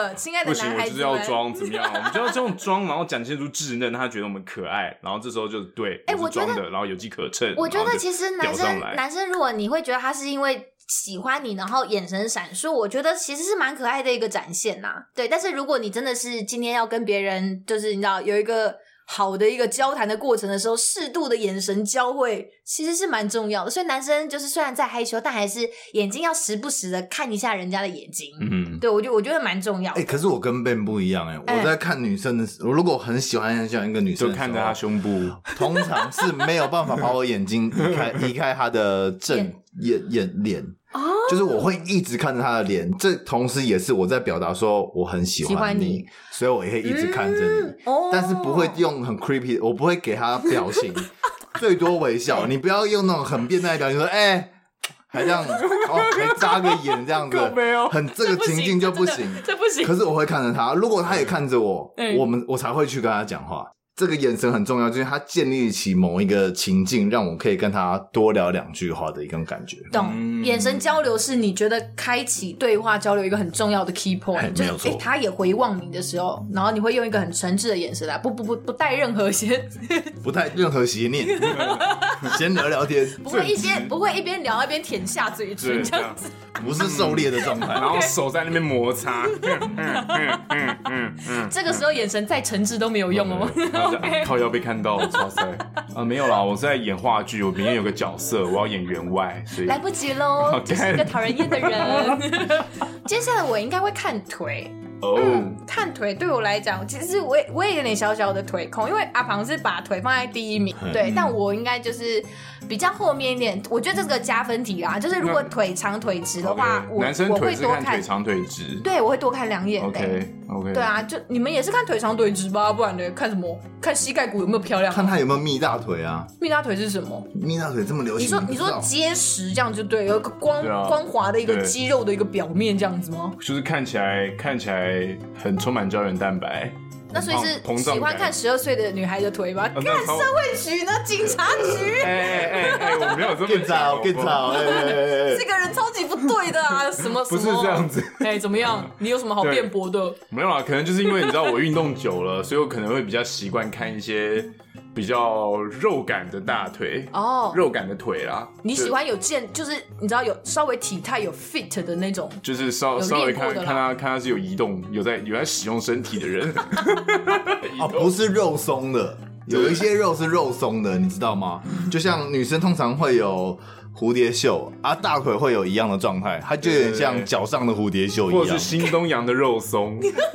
了，亲爱的男孩子们， 不行，我就是要装怎么样？我们就要这种装，然后展现出稚嫩，他觉得我们可爱，然后这时候就对，哎、欸，我是装的，然后有机可乘。 我觉得其实男生男生，如果你会觉得他是因为喜欢你，然后眼神闪烁，我觉得其实是蛮可爱的一个展现呐。对，但是如果你真的是今天要跟别人，就是你知道有一个好的一个交谈的过程的时候，适度的眼神交汇其实是蛮重要的。所以男生就是虽然在害羞，但还是眼睛要时不时的看一下人家的眼睛。嗯，对，我觉得我觉得蛮重要的。 哎、欸，可是我跟 Ben 不一样哎、欸，我在看女生的时候，我如果很喜欢很喜欢一个女生的时候， 就看着她胸部， 通常是没有办法把我眼睛移开移开她的正眼眼脸。哦，就是我会一直看着他的脸，这同时也是我在表达说我很喜欢 你, 喜欢你， 所以我也会一直看着你、嗯哦，但是不会用很 creepy， 我不会给他表情，最多微笑。你不要用那种很变态的表情说，哎、欸，还这样，哦，还眨个眼这样子，很这个情境就不行， 这不行。 可是我会看着他，如果他也看着我，嗯、我们我才会去跟他讲话。这个眼神很重要，就是他建立起某一个情境，让我可以跟他多聊两句话的一种感觉。 懂、嗯，眼神交流是你觉得开启对话交流一个很重要的 key point， 就是哎、欸，他也回望你的时候，然后你会用一个很诚挚的眼神来，不不不不带任何邪， 不带任何邪念，先聊聊天， 不会一边不会一边聊一边舔下嘴唇这样子， 不是狩猎的状态， 然后手在那边摩擦， 这个时候眼神再诚挚都没有用哦。 Okay. 靠腰被看到了，哇塞！啊，没有啦，我是在演话剧，我里面有个角色，我要演员外，所以来不及喽，这、就是一个讨人厌的人。接下来我应该会看腿。哦、oh. 嗯，看腿对我来讲，其实我也我也有点小小的腿控，因为阿庞是把腿放在第一名，对，但我应该就是比较后面一点。我觉得这是个加分题啦，就是如果腿长腿直的话， okay. 我男生腿是看腿长腿直， 对，我会多看两眼。 OK OK， 对啊，就你们也是看腿长腿直吧？不然呢，看什么？看膝盖骨有没有漂亮？ 看他有没有蜜大腿啊？ 蜜大腿是什么？ 蜜大腿这么流行？ 你说你说结实这样就对，有一个光、啊、光滑的一个肌肉的一个表面这样子吗？ 就是看起来看起来很充满胶原蛋白。 那所以是喜欢看十二岁的女孩的腿吧？看社会局呢，警察局。 哎哎哎哎，我没有这么更早更早。 这个人超级不对的啊！什么？ 不是这样子。 哎，怎么样？你有什么好辩驳的？ 没有啦，可能就是因为你知道我运动久了，所以我可能会比较习惯看一些比较肉感的大腿哦，肉感的腿啦。 你喜欢有健，就是你知道有稍微体态有 fit 的那种， 就是稍稍微看看他看他是有移动，有在有在使用身体的人。 哦，不是肉松的，有一些肉是肉松的，你知道吗？就像女生通常会有蝴蝶袖啊，大腿会有一样的状态，它就有点像脚上的蝴蝶袖一样， 或者是新东阳的肉松。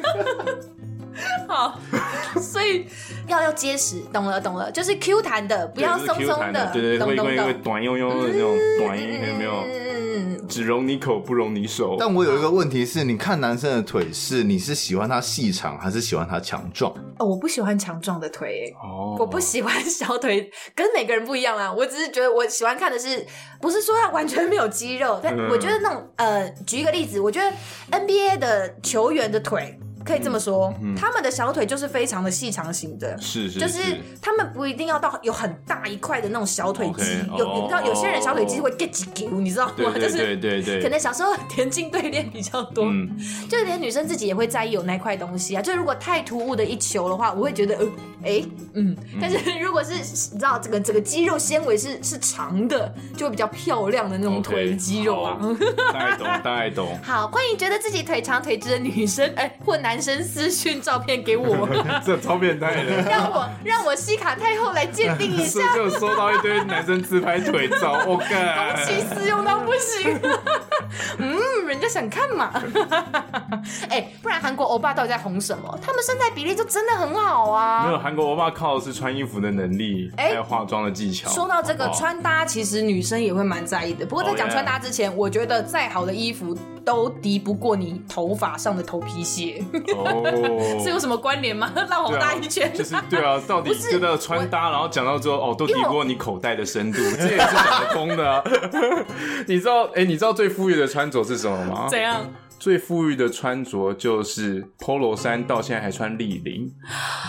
好，所以要要结实，懂了懂了，就是 Q 弹的，不要松松的， 对对对， 懂懂懂， 会短悠悠的那种短音，有没有？嗯，只容你口，不容你手。 但我有一个问题是，你看男生的腿是你是喜欢他细长，还是喜欢他强壮？ 哦，我不喜欢强壮的腿，哦，我不喜欢小腿，跟每个人不一样啦。我只是觉得我喜欢看的是，不是说要完全没有肌肉，但我觉得那种呃，举一个例子，我觉得 N B A 的球员的腿。可以这么说、嗯嗯，他们的小腿就是非常的细长型的， 是是， 就是他们不一定要到有很大一块的那种小腿肌， okay, 有、哦、你知道有些人小腿肌会 get 几 Q， 你知道吗？ 对对对对 对, 對， 可能小时候田径队练比较多，嗯、就连女生自己也会在意有那块东西啊。就如果太突兀的一球的话，我会觉得呃，哎、欸，嗯，但是如果是你知道这个这个肌肉纤维是是长的，就会比较漂亮的那种腿肌肉啊。 Okay, 大概懂，大概懂。 好，欢迎觉得自己腿长腿直的女生，哎、欸，或男生私讯照片给我， 这超变态的。 让我让我西卡太后来鉴定一下。 就收到一堆男生自拍腿照，我干， 公器私用到不行。嗯，人家想看嘛。哎、欸，不然韩国欧巴到底在红什么？他们身材比例就真的很好啊。 没有，韩国欧巴靠的是穿衣服的能力，欸、还有化妆的技巧。 说到这个好好穿搭，其实女生也会蛮在意的。不过在讲穿搭之前， oh, yeah. 我觉得再好的衣服都敌不过你头发上的头皮屑。哦，是有什么关联吗？绕好大一圈、啊， 就是对啊，到底这个穿搭，然后讲到之后，哦，都敌不过你口袋的深度，这也是讲得通的、啊。你知道，哎、欸，你知道最富裕的穿着是什么吗？ 怎样？ 最富裕的穿着就是 polo 衫，到现在还穿立领。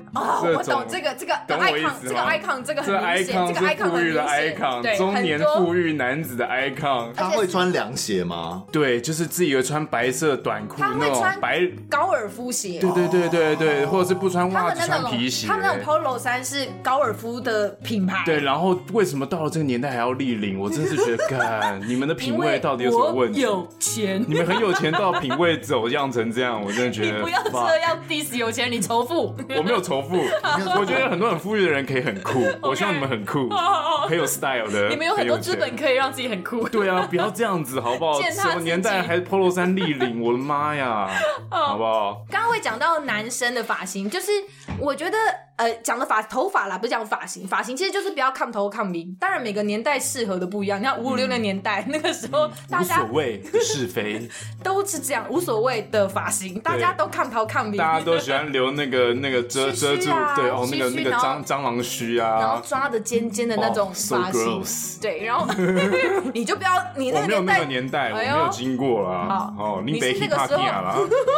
哦，我懂这个这个 icon， 这个 icon 这个很明显，这个 icon 富裕的 icon， 中年富裕男子的 icon。 他会穿凉鞋吗？ 对，就是自己会穿白色短裤那种白高尔夫鞋， 对对对对对，或者是不穿袜子穿皮鞋。 他们那种 polo 衫是高尔夫的品牌。 对，然后为什么到了这个年代还要立领？我真是觉得，干你们的品味到底有什么问题？ 有钱， 你们很有钱到品味走样成这样，我真的觉得你不要这样 diss 有钱人，你仇富。 我没有仇富，我觉得很多很富裕的人可以很酷，我希望你们很酷，很有 style 的。 你们有很多资本可以让自己很酷。 对啊，不要这样子好不好？什么年代还 polo 衫立领，我的妈呀，好不好？ 刚刚会讲到男生的发型，就是我觉得呃讲的发头发啦，不是讲发型，发型其实就是不要看头看鼻。当然每个年代适合的不一样，你看五五六六年代、嗯、那个时候大家无所谓是非都是这样无所谓的发型，大家都看头看鼻， 大家都喜欢留那个那个遮遮住，对哦，那个那个蟑蟑螂须啊， 然后抓的尖尖的那种发型， oh, so 对，然后你就不要你那个年代， 我没有那个年代，哎、我没有经过啦。哦， 你是那个时候啦。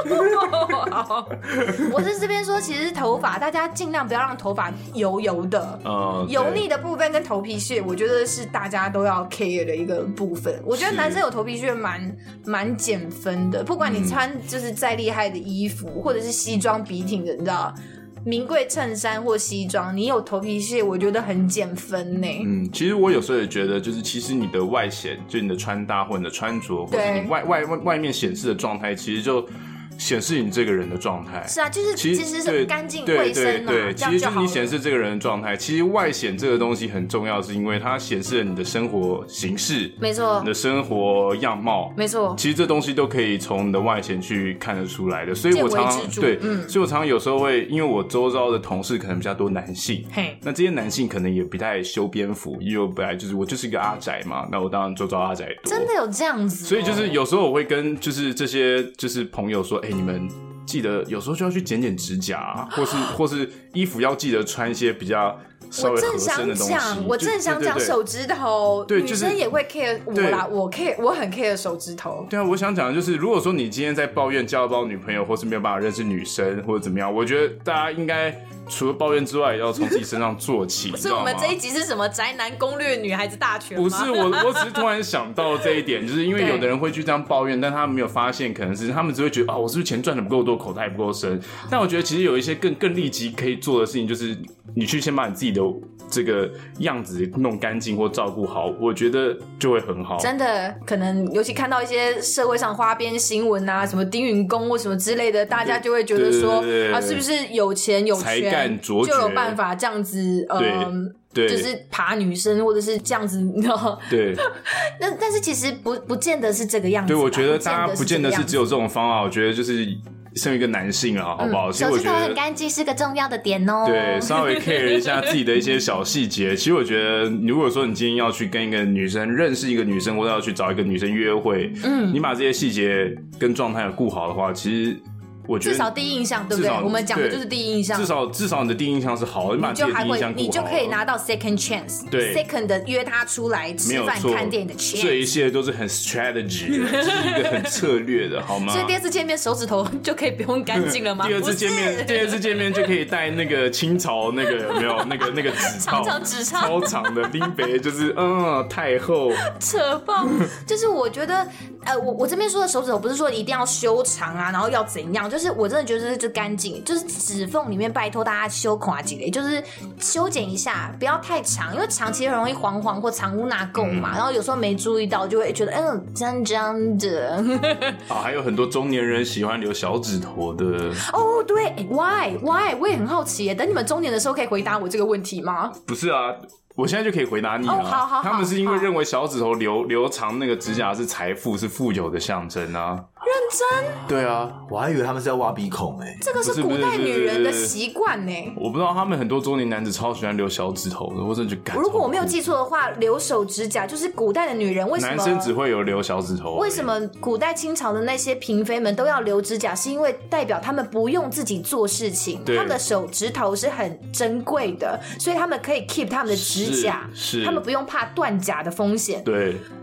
我是这边说，其实头发大家尽量不要让头发油油的，呃，油腻的部分跟头皮屑，我觉得是大家都要 care 的一个部分。我觉得男生有头皮屑蛮蛮减分的，不管你穿就是再厉害的衣服，嗯、或者是西装笔挺的，你知道。名贵衬衫或西装，你有头皮屑，我觉得很减分呢。 嗯，其实我有时候也觉得，就是其实你的外显，就你的穿搭或你的穿着，或者你外外外外面显示的状态，其实就显示你这个人的状态。 是啊，就是其实是干净卫生嘛， 对对对，其实就是你显示这个人的状态。其实外显这个东西很重要，是因为它显示了你的生活形式， 没错， 你的生活样貌， 没错。 其实这东西都可以从你的外显去看得出来的。所以我常常对，嗯，所以我常常有时候会，因为我周遭的同事可能比较多男性，嘿，那这些男性可能也不太修边幅，因为我本来就是我就是一个阿宅嘛，那我当然周遭阿宅多。 真的有这样子、哦？ 所以就是有时候我会跟就是这些就是朋友说，哎、欸，你们。记得有时候就要去剪剪指甲、啊，或是或是衣服要记得穿一些比较稍微合身的东西。 我正想讲手指头， 对， 女生也会 care 我啦，我 care 我很 care 手指头。 对啊，我想讲的就是，如果说你今天在抱怨交不到女朋友，或是没有办法认识女生，或者怎么样，我觉得大家应该除了抱怨之外，也要从自己身上做起。 所以我们这一集是什么宅男攻略女孩子大全吗？ 不是，我我只是突然想到这一点，就是因为有的人会去这样抱怨，但他们没有发现，可能是他们只会觉得啊，我是不是钱赚的不够多，口袋不够深？但我觉得其实有一些更更立即可以做的事情，就是你去先把你自己的这个样子弄干净或照顾好，我觉得就会很好。 真的，可能尤其看到一些社会上花边新闻啊，什么丁允恭或什么之类的，大家就会觉得说啊，是不是有钱有权就有办法这样子，嗯。 对， 就是爬女生，或者是这样子，你知道？ 对。 那但是其实不不见得是这个样子。 对，我觉得大家不见得是只有这种方法。我觉得就是身为一个男性啊，好不好？ 手指头很干净是个重要的点哦。 对，稍微 care 一下自己的一些小细节。其实我觉得，如果说你今天要去跟一个女生认识一个女生，或者要去找一个女生约会，嗯，你把这些细节跟状态顾好的话，其实。我觉得至少第一印象对不对？我们讲的就是第一印象。 至少至少你的第一印象是好的，你把自己的第一印象顾好， 你就可以拿到 second chance， 对 second 的约他出来吃饭看电影的 chance。 这一切都是很 strategy 的，这是一个很策略的，好吗？ 所以第二次见面手指头就可以不用干净了吗？ 第二次见面，第二次见面就可以带那个清朝那个有没有那个那个纸长长纸钞超长的拎北，就是嗯太后扯爆。就是我觉得呃我我这边说的手指头不是说一定要修长啊，然后要怎样，就是我真的觉得就干净，就是指缝里面拜托大家修垮几类，就是修剪一下，不要太长，因为长其实很容易黄黄或藏污纳垢嘛、嗯。然后有时候没注意到，就会觉得嗯脏脏的。 啊，还有很多中年人喜欢留小指头的。 哦，对 ，why why？ 我也很好奇耶，等你们中年的时候可以回答我这个问题吗？ 不是啊。我现在就可以回答你了。 哦、好好好， 他们是因为认为小指头留留长那个指甲是财富，是富有的象征啊。 认真？ 对啊， 我还以为他们是要挖鼻孔诶、欸。 这个是古代女人的习惯呢。 我不知道他们很多中年男子超喜欢留小指头的，我真的就感。 如果我没有记错的话，留手指甲就是古代的女人为什么？ 男生只会有留小指头。 为什么古代清朝的那些嫔妃们都要留指甲？是因为代表他们不用自己做事情，他们的手指头是很珍贵的，所以他们可以 keep 他们的指甲， 是，是他们不用怕断甲的风险。 对。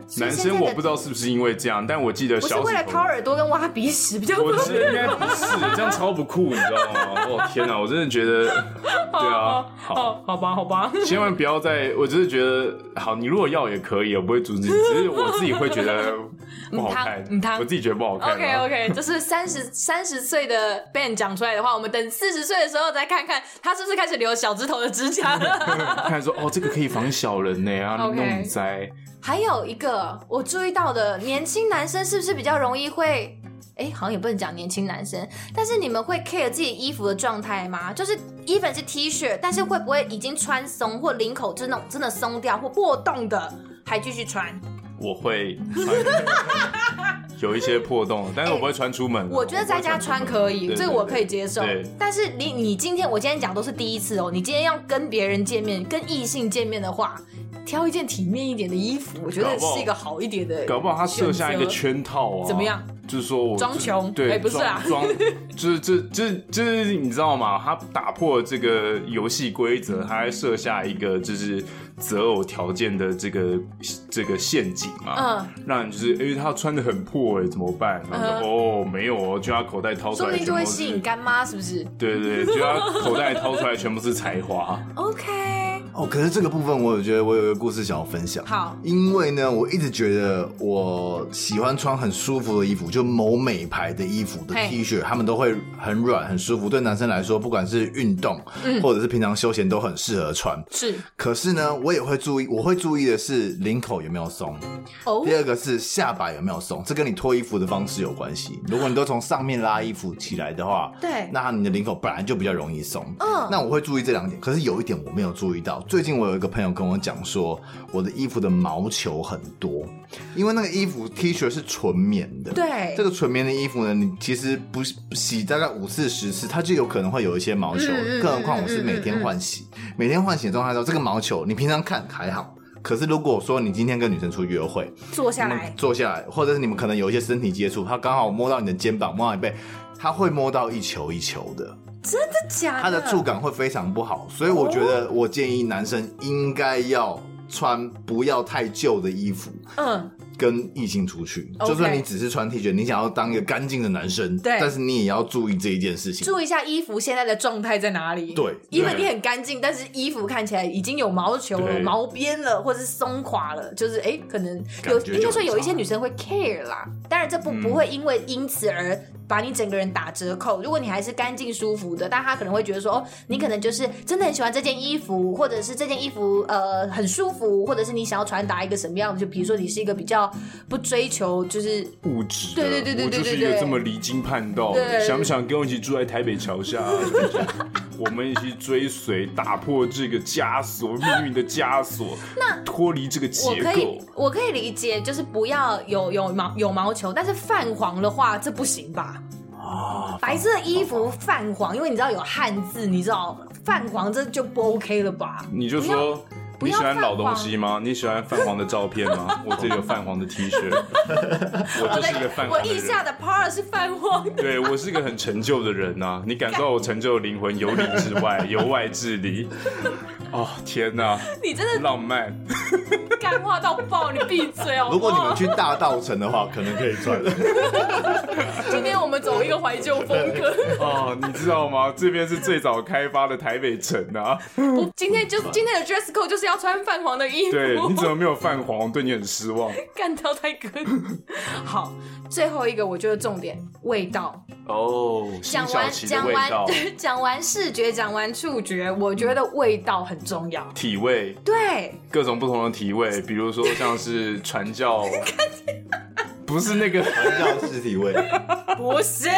男生我不知道是不是因为这样，但我记得小指头不是为了掏耳朵跟挖鼻屎比较我记得应该不是，这样超不酷，你知道吗？哦天哪，我真的觉得，对啊， 好，好吧，好吧， 千万不要再，我只是觉得，好，你如果要也可以，我不会阻止你，只是我自己会觉得不好看，我自己觉得不好看。 OK OK， 就是三十三十岁的 Ben 讲出来的话，我们等四十岁的时候再看看他是不是开始留小指头的指甲了。 看说哦，这个可以防小人呢，然后弄栽。 还有一个我注意到的，年轻男生是不是比较容易会？哎，好像也不能讲年轻男生，但是你们会 care 自己衣服的状态吗？就是 even 是 T 恤，但是会不会已经穿松或领口就是那种真的松掉或破洞的，还继续穿？ 我会穿有一些破洞，但是我不会穿出门。 我觉得在家穿可以，这个我可以接受。但是你你今天我今天讲都是第一次哦，你今天要跟别人见面，跟异性见面的话，挑一件体面一点的衣服，我觉得是一个好一点的。 搞不好他设下一个圈套啊， 怎么样？ 就是说我装穷， 对， 欸、不是啊， 装就是这这就是你知道吗？他打破这个游戏规则，他还设下一个就是择偶条件的这个这个陷阱嘛，嗯，让你就是因为他穿的很破哎、欸，怎么办？然后说、嗯、哦没有哦，就他口袋掏出来， 说不定就会吸引干妈，是不是？ 对对对，就他口袋掏出来全部是才华。 OK。 哦，可是这个部分我有觉得我有一个故事想要分享。 好， 因为呢，我一直觉得我喜欢穿很舒服的衣服，就某美牌的衣服的 T 恤，他们都会很软很舒服，对男生来说，不管是运动、嗯、或者是平常休闲都很适合穿。 是， 可是呢，我也会注意，我会注意的是领口有没有松。哦。第二个是下摆有没有松，这跟你脱衣服的方式有关系。如果你都从上面拉衣服起来的话， 对， 那你的领口本来就比较容易松。嗯。那我会注意这两点，可是有一点我没有注意到。最近我有一个朋友跟我讲说，我的衣服的毛球很多，因为那个衣服 T 恤是纯棉的。 对，这个纯棉的衣服呢，你其实不洗大概五次十次，它就有可能会有一些毛球。嗯、更何况我是每天换洗，嗯嗯嗯、每天换洗的状态下，这个毛球你平常看还好，可是如果说你今天跟女生出去约会， 坐下来， 坐下来，或者是你们可能有一些身体接触，她刚好摸到你的肩膀，摸到你背，她会摸到一球一球的。 真的假的？ 它的触感会非常不好，所以我觉得我建议男生应该要穿不要太旧的衣服，嗯，跟异性出去， okay. 就算你只是穿 T 恤，你想要当一个干净的男生，对，但是你也要注意这一件事情， 注意一下衣服现在的状态在哪里。 对， 因为你很干净，但是衣服看起来已经有毛球了、毛边了，或者是松垮了，就是哎，可能有应该说有一些女生会 care 啦。当然，这不、嗯、不会因为因此而把你整个人打折扣。如果你还是干净舒服的，但他可能会觉得说，哦，你可能就是真的很喜欢这件衣服，或者是这件衣服呃很舒服，或者是你想要传达一个什么样的，就比如说你是一个比较不追求就是物质， 对对对对对对， 我就是一个这么离经叛道的，想不想跟我一起住在台北桥下？我们一起追随，打破这个枷锁，命运的枷锁，那脱离这个结构。 我可以，我可以理解，就是不要有有毛有毛球，但是泛黄的话，这不行吧？啊，白色衣服泛黄，因为你知道有汉字，你知道泛黄这就不 OK 了吧？ 你就说。你喜欢老东西吗？你喜欢泛黄的照片吗？我这里有泛黄的 T 恤，我就是一个泛黄的人。 我腋下的 part 是泛黄的。 对，我是一个很陈旧的人啊！你感受到我陈旧的灵魂由里至外，由外至里。哦天哪！ 你真的浪漫， 干话到爆！你闭嘴哦！ 如果你们去大稻埕的话，可能可以穿。 今天我们走一个怀旧风格。 哦，你知道吗？这边是最早开发的台北城啊！ 我今天就今天的 dress code 就是要穿泛黄的衣服。 对，你怎么没有泛黄？对你很失望。 干掉太哥。好，最后一个我觉得重点味道。 哦， 讲完讲完讲完视觉，讲完触觉，我觉得味道很重要。 体味， 对， 各种不同的体味，比如说像是传教，不是那个传教士体味， 不是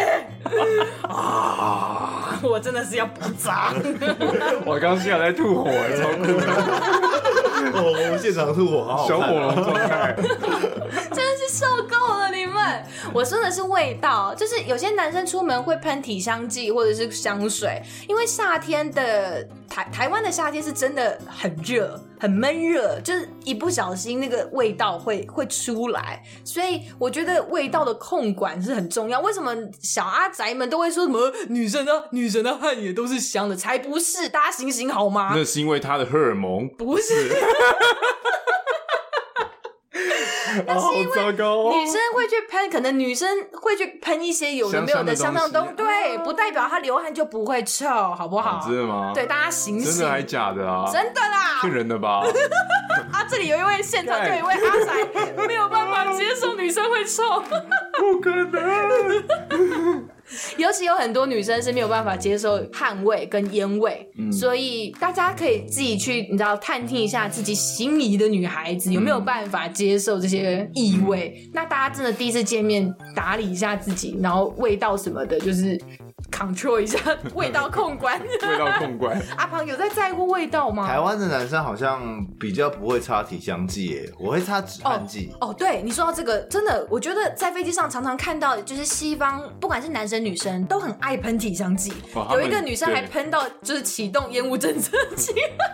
啊，我真的是要补砸。 我刚刚现在在吐火，超酷的。 哦，我们现场吐火，好好看，小火龙状态， 真的是受够了你们。我说的是味道，就是有些男生出门会喷体香剂或者是香水，因为夏天的台台湾的夏天是真的很热，很闷热，就是一不小心那个味道会会出来，所以我觉得味道的控管是很重要。为什么小阿宅们都会说什么女生的女生的汗也都是香的？才不是，大家醒醒好吗？ 那是因为他的荷尔蒙， 不是。 那是因为好糟糕哦女生会去喷，可能女生会去喷一些有的没有的香香的东西，对，不代表她流汗就不会臭，好不好？ 哦真的吗？ 对，大家醒醒。 真的还假的啊？ 真的啦， 骗人的吧？ 啊，这里有一位现场就有一位阿仔没有办法接受女生会臭， 不可能。 尤其有很多女生是没有办法接受汗味跟烟味、嗯、所以大家可以自己去你知道探听一下自己心仪的女孩子有没有办法接受这些异味、嗯、那大家真的第一次见面打理一下自己，然后味道什么的就是control 一下味道控管味道控管。 阿庞有在在乎味道吗？ 台湾的男生好像比较不会擦体香剂耶，我会擦止汗剂。 哦， oh, 对，你说到这个，真的，我觉得在飞机上常常看到，就是西方不管是男生女生都很爱喷体香剂、哦，有一个女生还喷到就是启动烟雾侦测器。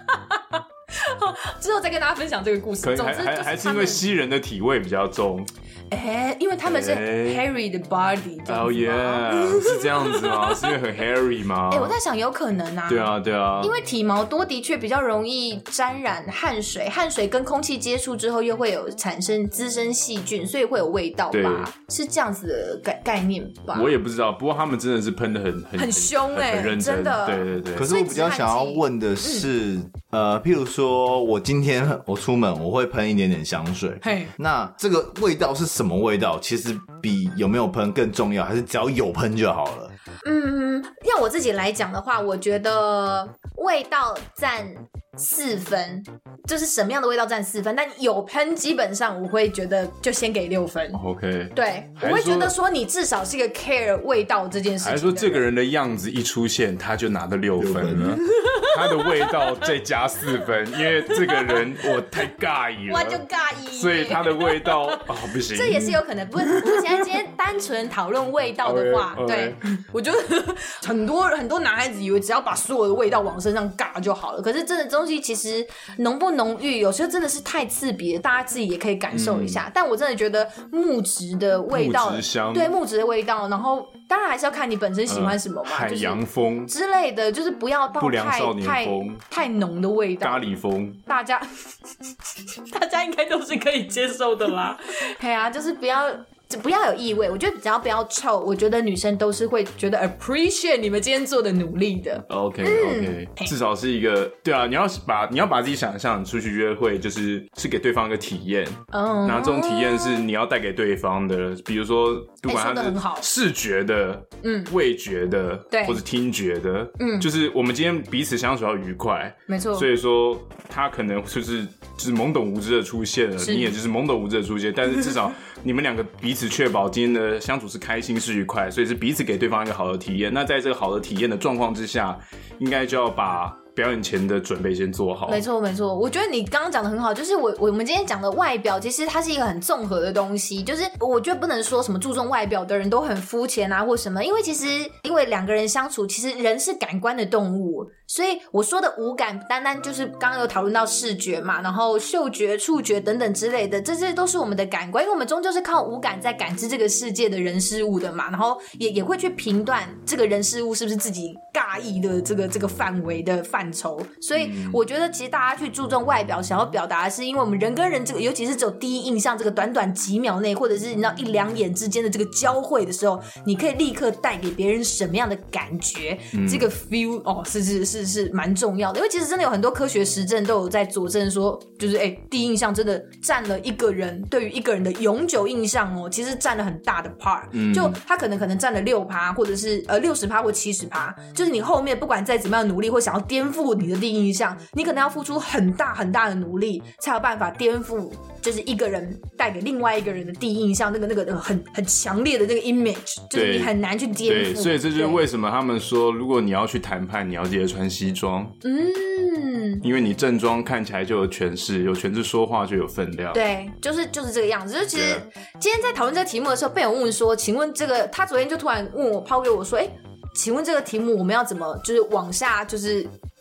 之后再跟大家分享这个故事。 可能还还还是因为西人的体味比较重。 哎、欸，因为他们是 hairy 的 body。 哦耶，是这样子吗？是因为很 hairy 吗？ 哎、欸，我在想有可能啊。 对啊，对啊。 因为体毛多的确比较容易沾染汗水，汗水跟空气接触之后又会有产生滋生细菌，所以会有味道吧？是这样子的概概念吧？ 我也不知道，不过他们真的是喷得很很很凶哎、欸， 很认真， 真的。 对对对。 可是我比较想要问的是，嗯、呃，譬如说我今天我出门我会喷一点点香水， 嘿， 那这个味道是什么味道？其实比有没有喷更重要，还是只要有喷就好了？ 嗯，要我自己来讲的话，我觉得味道占四分，就是什么样的味道占四分，但有喷基本上我会觉得就先给六分。 OK， 对，我会觉得说你至少是一个 care 味道这件事情。 还是说这个人的样子一出现，他就拿到六分了？他的味道再加四分，因为这个人我太尬意了， 我就尬意， 所以他的味道啊、哦、不行。 这也是有可能，不是不是现在今天单纯讨论味道的话， okay, okay. 对，我觉得很多很多男孩子以为只要把所有的味道往身上尬就好了，可是真的东西其实浓不浓郁，有时候真的是太刺鼻了，大家自己也可以感受一下。嗯、但我真的觉得木质的味道， 木质香， 对木质的味道，然后当然还是要看你本身喜欢什么嘛，呃、 海洋风之类的，就是不要到不良少年太风太浓的味道， 咖喱风， 大家大家应该都是可以接受的啦。对啊，就是不要。不要有异味，我觉得只要不要臭，我觉得女生都是会觉得 appreciate 你们今天做的努力的。 OK OK，、嗯、至少是一个对啊，你要把你要把自己想象出去约会，就是是给对方一个体验。嗯，那这种体验是你要带给对方的，比如说不管它是视觉的、嗯、味觉的，对，或者听觉的，嗯，就是我们今天彼此相处要愉快， 没错。 所以说他可能就是就是懵懂无知的出现了，你也就是懵懂无知的出现，但是至少你们两个彼此确保今天的相处是开心是愉快，所以是彼此给对方一个好的体验。那在这个好的体验的状况之下，应该就要把表演前的准备先做好。 没错没错，我觉得你刚刚讲的很好，就是我我们今天讲的外表其实它是一个很综合的东西，就是我觉得不能说什么注重外表的人都很肤浅啊或什么，因为其实因为两个人相处，其实人是感官的动物，所以我说的五感单单就是刚刚有讨论到视觉嘛，然后嗅觉触觉等等之类的，这些都是我们的感官，因为我们终究是靠五感在感知这个世界的人事物的嘛，然后也也会去评断这个人事物是不是自己尬意的这个这个范围的范畴，所以我觉得其实大家去注重外表想要表达的是因为我们人跟人这个尤其是只有第一印象这个短短几秒内或者是你知道一两眼之间的这个交汇的时候，你可以立刻带给别人什么样的感觉、嗯、这个 feel 哦是是是是蛮重要的，因为其实真的有很多科学实证都有在佐证说就是哎，第一印象真的占了一个人对于一个人的永久印象哦，其实占了很大的 part、嗯、就他可能可能占了 百分之六 或者是呃 百分之六十 或 百分之七十， 就是你后面不管再怎么样努力或想要颠覆你的第一印象，你可能要付出很大很大的努力才有办法颠覆就是一个人带给另外一个人的第一印象那个那个很很强烈的那个 image， 就是你很难去颠覆。 对，所以这就是为什么他们说如果你要去谈判，你要记得穿西装。嗯，因为你正装看起来就有权势，有权势说话就有分量。 对，就是就是这个样子。就其实今天在讨论这个题目的时候，被人问说，请问这个他昨天就突然问我抛给我说，哎，请问这个题目我们要怎么就是往下就是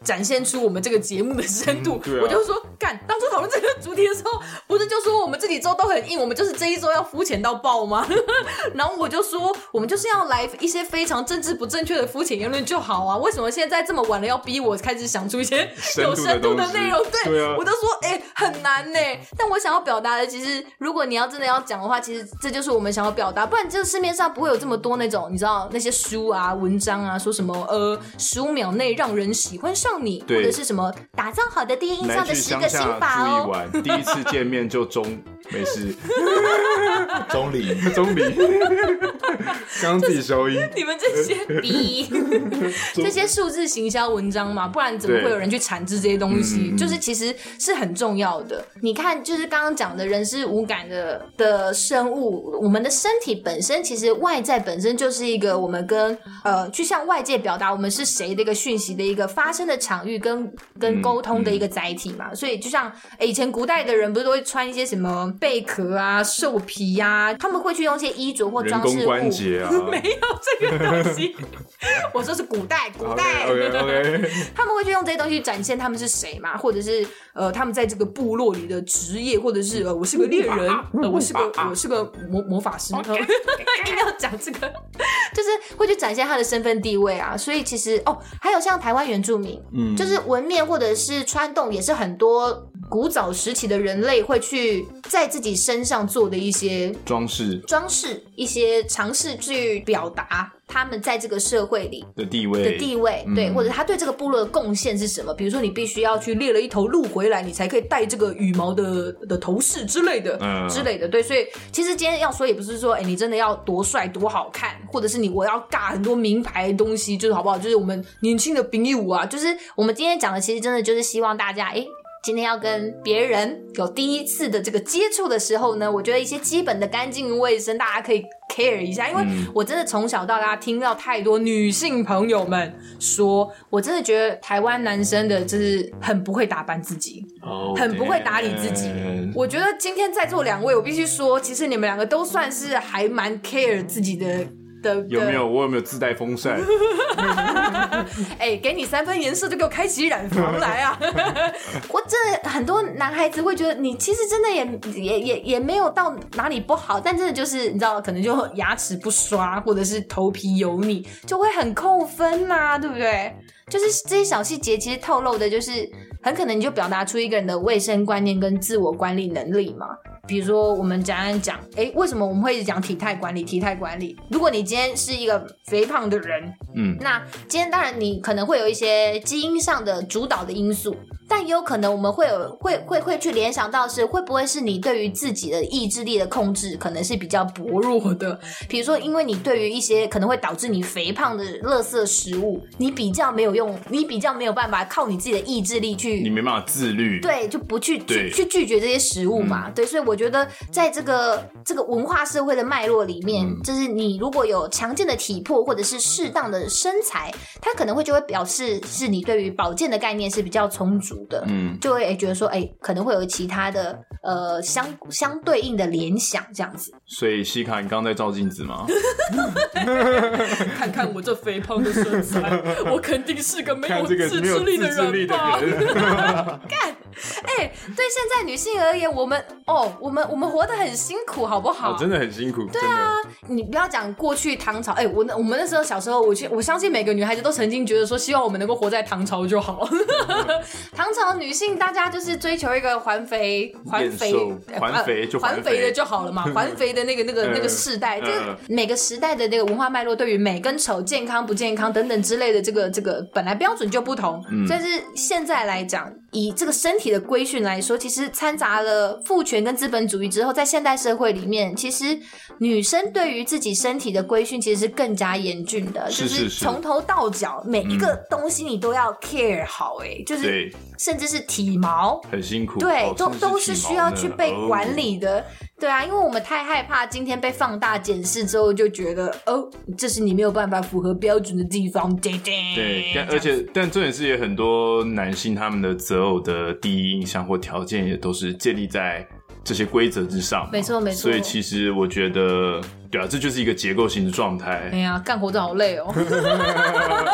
展现出我们这个节目的深度。 嗯啊、 我就说，干，当初讨论这个主题的时候，不是就说我们这几周都很硬，我们就是这一周要肤浅到爆吗？然后我就说，我们就是要来一些非常政治不正确的肤浅言论就好啊。为什么现在这么晚了要逼我开始想出一些有深度的内容？对， 对啊、 我都说，哎、欸，很难呢。但我想要表达的，其实如果你要真的要讲的话，其实这就是我们想要表达，不然这市面上不会有这么多那种你知道那些书啊、文章啊，说什么呃十五秒内让人喜欢上你，或者是什么打造好的第一印象的十个心法哦。 住一晚，第一次见面就中，没事。 中离， 中离。刚刚自己收音， 你们这些逼，这些数字行销文章嘛，不然怎么会有人去产制这些东西？嗯、就是其实是很重要的。你看，就是刚刚讲的人是无感的的生物，我们的身体本身其实外在本身就是一个我们跟呃去向外界表达我们是谁的一个讯息的一个发生的场域跟跟沟通的一个载体嘛。嗯嗯、所以就像、欸、以前古代的人不是都会穿一些什么贝壳啊、兽皮啊，他们会去用一些衣着或装饰物。人工关节啊， 没有这个东西。我说是古代，古代。 Okay, okay, okay. 他们会去用这些东西展现他们是谁嘛，或者是呃他们在这个部落里的职业，或者是呃我是个猎人，呃我是个我是个魔魔法师，硬要讲这个，就是会去展现他的身份地位啊。所以其实哦，还有像台湾原住民，嗯，就是纹面或者是穿洞，也是很多古早时期的人类会去在自己身上做的一些装饰， 装饰一些尝试去表达他们在这个社会里的地位的地位，对，嗯、或者他对这个部落的贡献是什么？比如说，你必须要去猎了一头鹿回来，你才可以戴这个羽毛的的头饰之类的，嗯、之类的。对，所以其实今天要说，也不是说，哎，你真的要多帅多好看，或者是你我要尬很多名牌的东西，就是好不好？就是我们年轻的朋友啊，就是我们今天讲的，其实真的就是希望大家，哎。今天要跟别人有第一次的这个接触的时候呢，我觉得一些基本的干净卫生大家可以 care 一下，因为我真的从小到大听到太多女性朋友们说，我真的觉得台湾男生的就是很不会打扮自己， oh, 很不会打理自己。我觉得今天在座两位，我必须说，其实你们两个都算是还蛮 care 自己的。 有没有？我有没有自带风扇？ 哎、欸，给你三分颜色就给我开启染房来啊！我真的很多男孩子会觉得你其实真的也也也也没有到哪里不好，但真的就是你知道，可能就牙齿不刷，或者是头皮油腻，就会很扣分呐、啊，对不对？就是这些小细节，其实透露的就是很可能你就表达出一个人的卫生观念跟自我管理能力嘛。比如说我们讲讲讲，哎，为什么我们会一直讲体态管理？体态管理，如果你今天是一个肥胖的人，嗯，那今天当然你可能会有一些基因上的主导的因素，但也有可能我们会有会会会去联想到是会不会是你对于自己的意志力的控制可能是比较薄弱的。比如说，因为你对于一些可能会导致你肥胖的垃圾食物，你比较没有用，你比较没有办法靠你自己的意志力去， 你没办法自律， 对，就不去去去拒绝这些食物嘛，嗯、对，所以我觉得在这个这个文化社会的脉络里面，嗯、就是你如果有强健的体魄或者是适当的身材，它可能会就会表示是你对于保健的概念是比较充足的，嗯，就会、欸、觉得说，哎、欸，可能会有其他的呃相相对应的联想这样子。 所以西卡，你刚刚在照镜子吗？ 看看我这肥胖的身材，我肯定是个没有自制力的人吧？干，哎、欸，对现在女性而言，我们哦，我们我们活得很辛苦，好不好？ 哦、真的很辛苦。 对啊，你不要讲过去唐朝，哎、欸，我我们那时候小时候，我去我相信每个女孩子都曾经觉得说，希望我们能够活在唐朝就好。唐朝女性大家就是追求一个环肥环肥环肥就环肥的就好了嘛，环肥的那个那个那个世代，就是每个时代的那个文化脉络对于美跟丑、健康不健康等等之类的这个这个本来标准就不同，嗯、但是现在来讲，以这个身体的规训来说，其实掺杂了父权跟资本主义之后，在现代社会里面，其实女生对于自己身体的规训其实是更加严峻的， 是是是， 就是从头到脚每一个东西你都要 care 好、欸，哎、嗯，就是甚至是体毛很辛苦， 对， 哦、 都都是需要去被管理的。哦对啊，因为我们太害怕今天被放大检视之后，就觉得哦，这是你没有办法符合标准的地方。对对，但而且但重点是，也很多男性他们的择偶的第一印象或条件也都是建立在这些规则之上。 没错没错。 所以其实我觉得，对啊，这就是一个结构性的状态。 哎呀，干活真好累哦。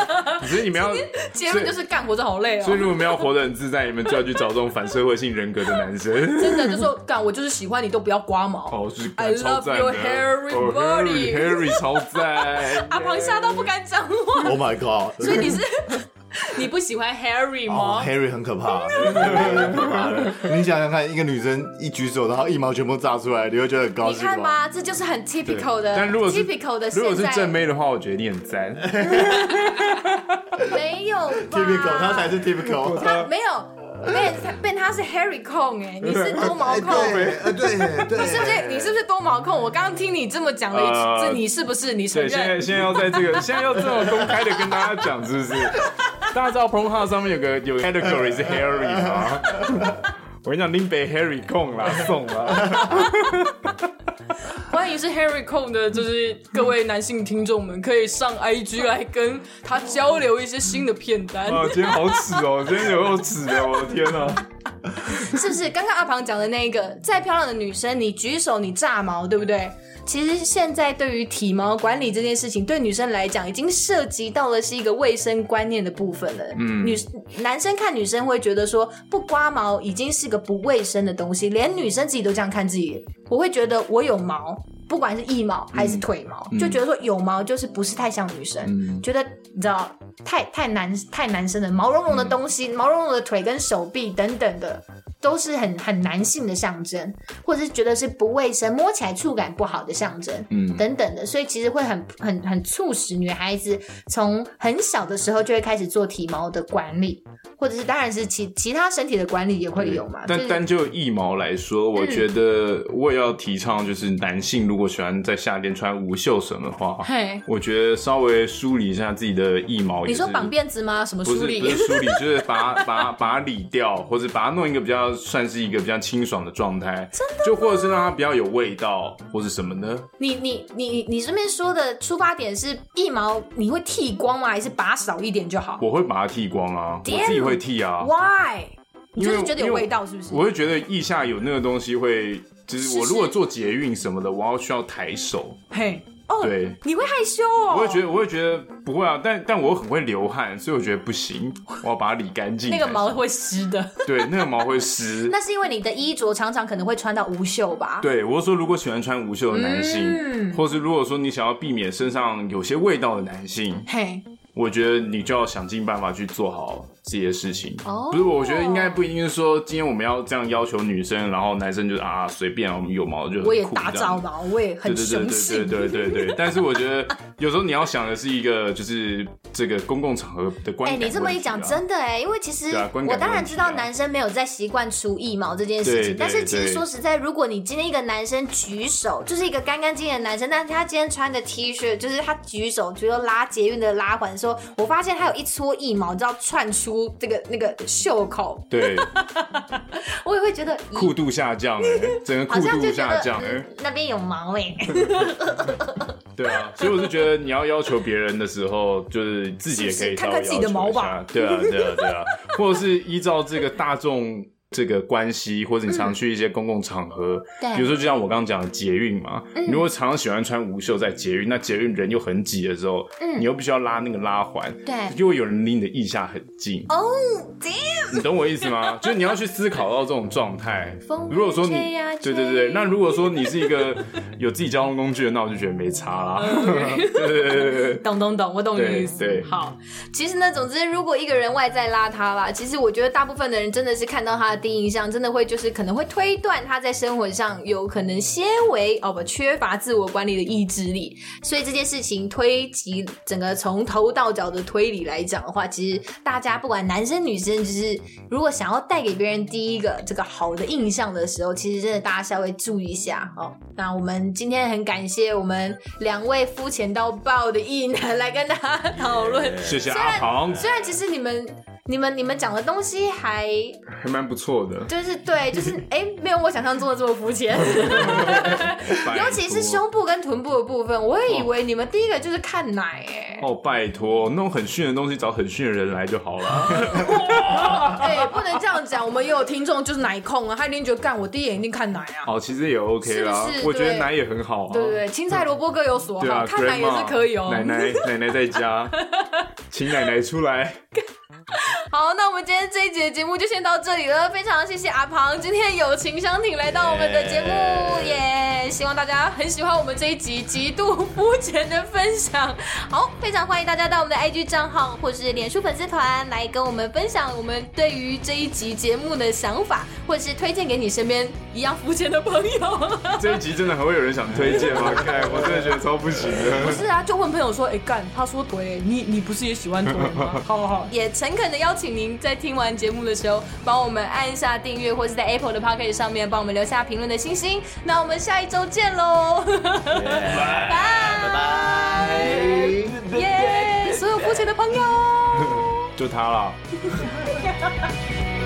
所以你们要结论就是干活着好累哦。 所以如果你们要活得很自在，你们就要去找这种反社会性人格的男生。 真的就说干，我就是喜欢你，都不要刮毛。 哦，就是 I 超 love 赞的 your hairy body。 哦 Harry 超赞。 阿庞吓到不敢讲话。 Oh my god！ 所以你是你不喜欢 Harry 吗、 哦、？Harry 很可怕，Harry 很可怕的。你想想看，一个女生一举手，然后一毛全部炸出来，你会觉得很高你兴吗？ 看吗？这就是很 typical 的。 但如果是 typical 的， 如果是正妹的话，我觉得你很赞。 没有吧 typical， 他才是 typical， 他没有。变变他是 Harry 控哎、欸，你是多毛控哎、欸，对对对， 你是不是你是不是多毛控？我刚刚听你这么讲了一次，呃、这你是不是你承对，现在认？ 现在要在这个现在要这么公开的跟大家讲，是不是？大家知道 Pornhub 上面有个有 category 是 Harry 吗？我跟你讲，林北 Harry 控啦，送啦。 欢迎是 Harry 控的，就是各位男性听众们，可以上 I G 来跟他交流一些新的片单。 啊，今天好耻哦，今天有够耻的，我的天啊！ 是不是？刚刚阿庞讲的那一个，再漂亮的女生，你举手你炸毛，对不对？其实现在对于体毛管理这件事情，对女生来讲，已经涉及到的是一个卫生观念的部分了。嗯，女男生看女生会觉得说，不刮毛已经是个不卫生的东西，连女生自己都这样看自己。我会觉得我有毛，不管是腋毛还是腿毛，嗯、就觉得说有毛就是不是太像女生，嗯、觉得你知道太太男太男生的毛茸茸的东西，嗯、毛茸茸的腿跟手臂等等的。都是很很男性的象征，或者是觉得是不卫生、摸起来触感不好的象征，嗯，等等的，所以其实会很很很促使女孩子从很小的时候就会开始做体毛的管理，或者是当然是其其他身体的管理也会有嘛。 但、 就是、 单就腋毛来说，我觉得我也要提倡，就是男性如果喜欢在夏天穿无袖绳的话，我觉得稍微梳理一下自己的腋毛。 你说绑辫子吗？什么梳理？ 不是不是梳理，就是把它把它把它理掉，或者把它弄一个比较。算是一个比较清爽的状态， 真的， 就或者是让它比较有味道，或是什么呢？ 你你你你这边说的出发点是腋毛，你会剃光吗？还是把它少一点就好？ 我会把它剃光啊，我自己会剃啊。 Why？ 你就是觉得有味道是不是？ 我会觉得腋下有那个东西会，就是我如果做捷运什么的，我要需要抬手。 嘿。哦， 对， 你会害羞哦。 我会觉得，我会觉得不会啊，但但我很会流汗，所以我觉得不行，我要把它理干净。 那个毛会湿的， 对，那个毛会湿。 那是因为你的衣着常常可能会穿到无袖吧？ 对，我是说，如果喜欢穿无袖的男性，嗯、或是如果说你想要避免身上有些味道的男性， 嘿， 我觉得你就要想尽办法去做好这些事情。哦，不是，我觉得应该不一定是说今天我们要这样要求女生，然后男生就啊随便，我们有毛就很酷， 我也打招毛，我也很雄性， 对对对对对对。但是我觉得有时候你要想的是一个就是这个公共场合的观感。 哎、欸，你这么一讲，真的哎、欸，因为其实、啊、我当然知道男生没有在习惯除腋毛这件事情，但是其实说实在，如果你今天一个男生举手，就是一个干干净净的男生，但是他今天穿的 T 恤，就是他举手，比如说拉捷运的拉环，说我发现他有一撮腋毛，你知道窜出这个那个袖口， 对， 我也会觉得酷度下降哎、欸，整个酷度下降哎、欸， 那边有毛哎、欸， 对啊，所以我是觉得你要要求别人的时候，就是自己也可以稍微要求一下，看看自己的毛吧，对啊对啊对啊，或者是依照这个大众。这个关系，或者你常去一些公共场合，嗯、比如说就像我刚刚讲的捷运嘛，嗯、你如果常常喜欢穿无袖在捷运，那捷运人又很挤的时候，嗯、你又必须要拉那个拉环， 对， 就会有人离你的腋下很近。 哦、oh, ，damn！ 你懂我意思吗？就是你要去思考到这种状态。如果说你，对对对，那如果说你是一个有自己交通工具的，那我就觉得没差啦。对对对对， 懂懂懂，我懂你的意思。 对， 好，其实呢，总之，如果一个人外在邋遢啦，其实我觉得大部分的人真的是看到他的第一印象，真的会就是可能会推断他在生活上有可能些微哦不缺乏自我管理的意志力，所以这件事情推及整个从头到脚的推理来讲的话，其实大家不管男生女生，就是如果想要带给别人第一个这个好的印象的时候，其实真的大家稍微注意一下哦。那我们今天很感谢我们两位肤浅到爆的异男来跟大家讨论， 谢谢阿庞。 虽然其实你们。你们你们讲的东西还还蛮不错的， 就是对，就是哎、欸，没有我想象中的这么肤浅。尤其是胸部跟臀部的部分，我也以为你们第一个就是看奶哎、欸。 哦，拜托，那种很逊的东西找很逊的人来就好了。 哎、欸，不能这样讲，我们也有听众就是奶控啊，他一定觉得干我第一眼一定看奶啊。 哦，其实也 OK 啦，是是我觉得奶也很好啊。 对对对，青菜萝卜各有所好， 啊、 看奶也是可以哦、 喔。奶奶奶奶在家。 请奶奶出来。 好，那我们今天这一集的节目就先到这里了，非常谢谢阿庞今天友情相挺来到我们的节目，耶、yeah ！希望大家很喜欢我们这一集极度肤浅的分享。好，非常欢迎大家到我们的 I G 账号或是脸书粉丝团来跟我们分享我们对于这一集节目的想法，或者是推荐给你身边一样肤浅的朋友。 这一集真的还会有人想推荐吗？看，我真的觉得超不行的。 不是啊，就问朋友说，哎、欸、干，他说腿，你你不是也喜欢腿吗？好好好，也诚恳的邀请您在听完节目的时候，帮我们按下订阅，或是在 Apple 的 Podcast 上面帮我们留下评论的星星。那我们下一周见喽，拜拜拜，耶！所有肤浅的朋友， 就他了。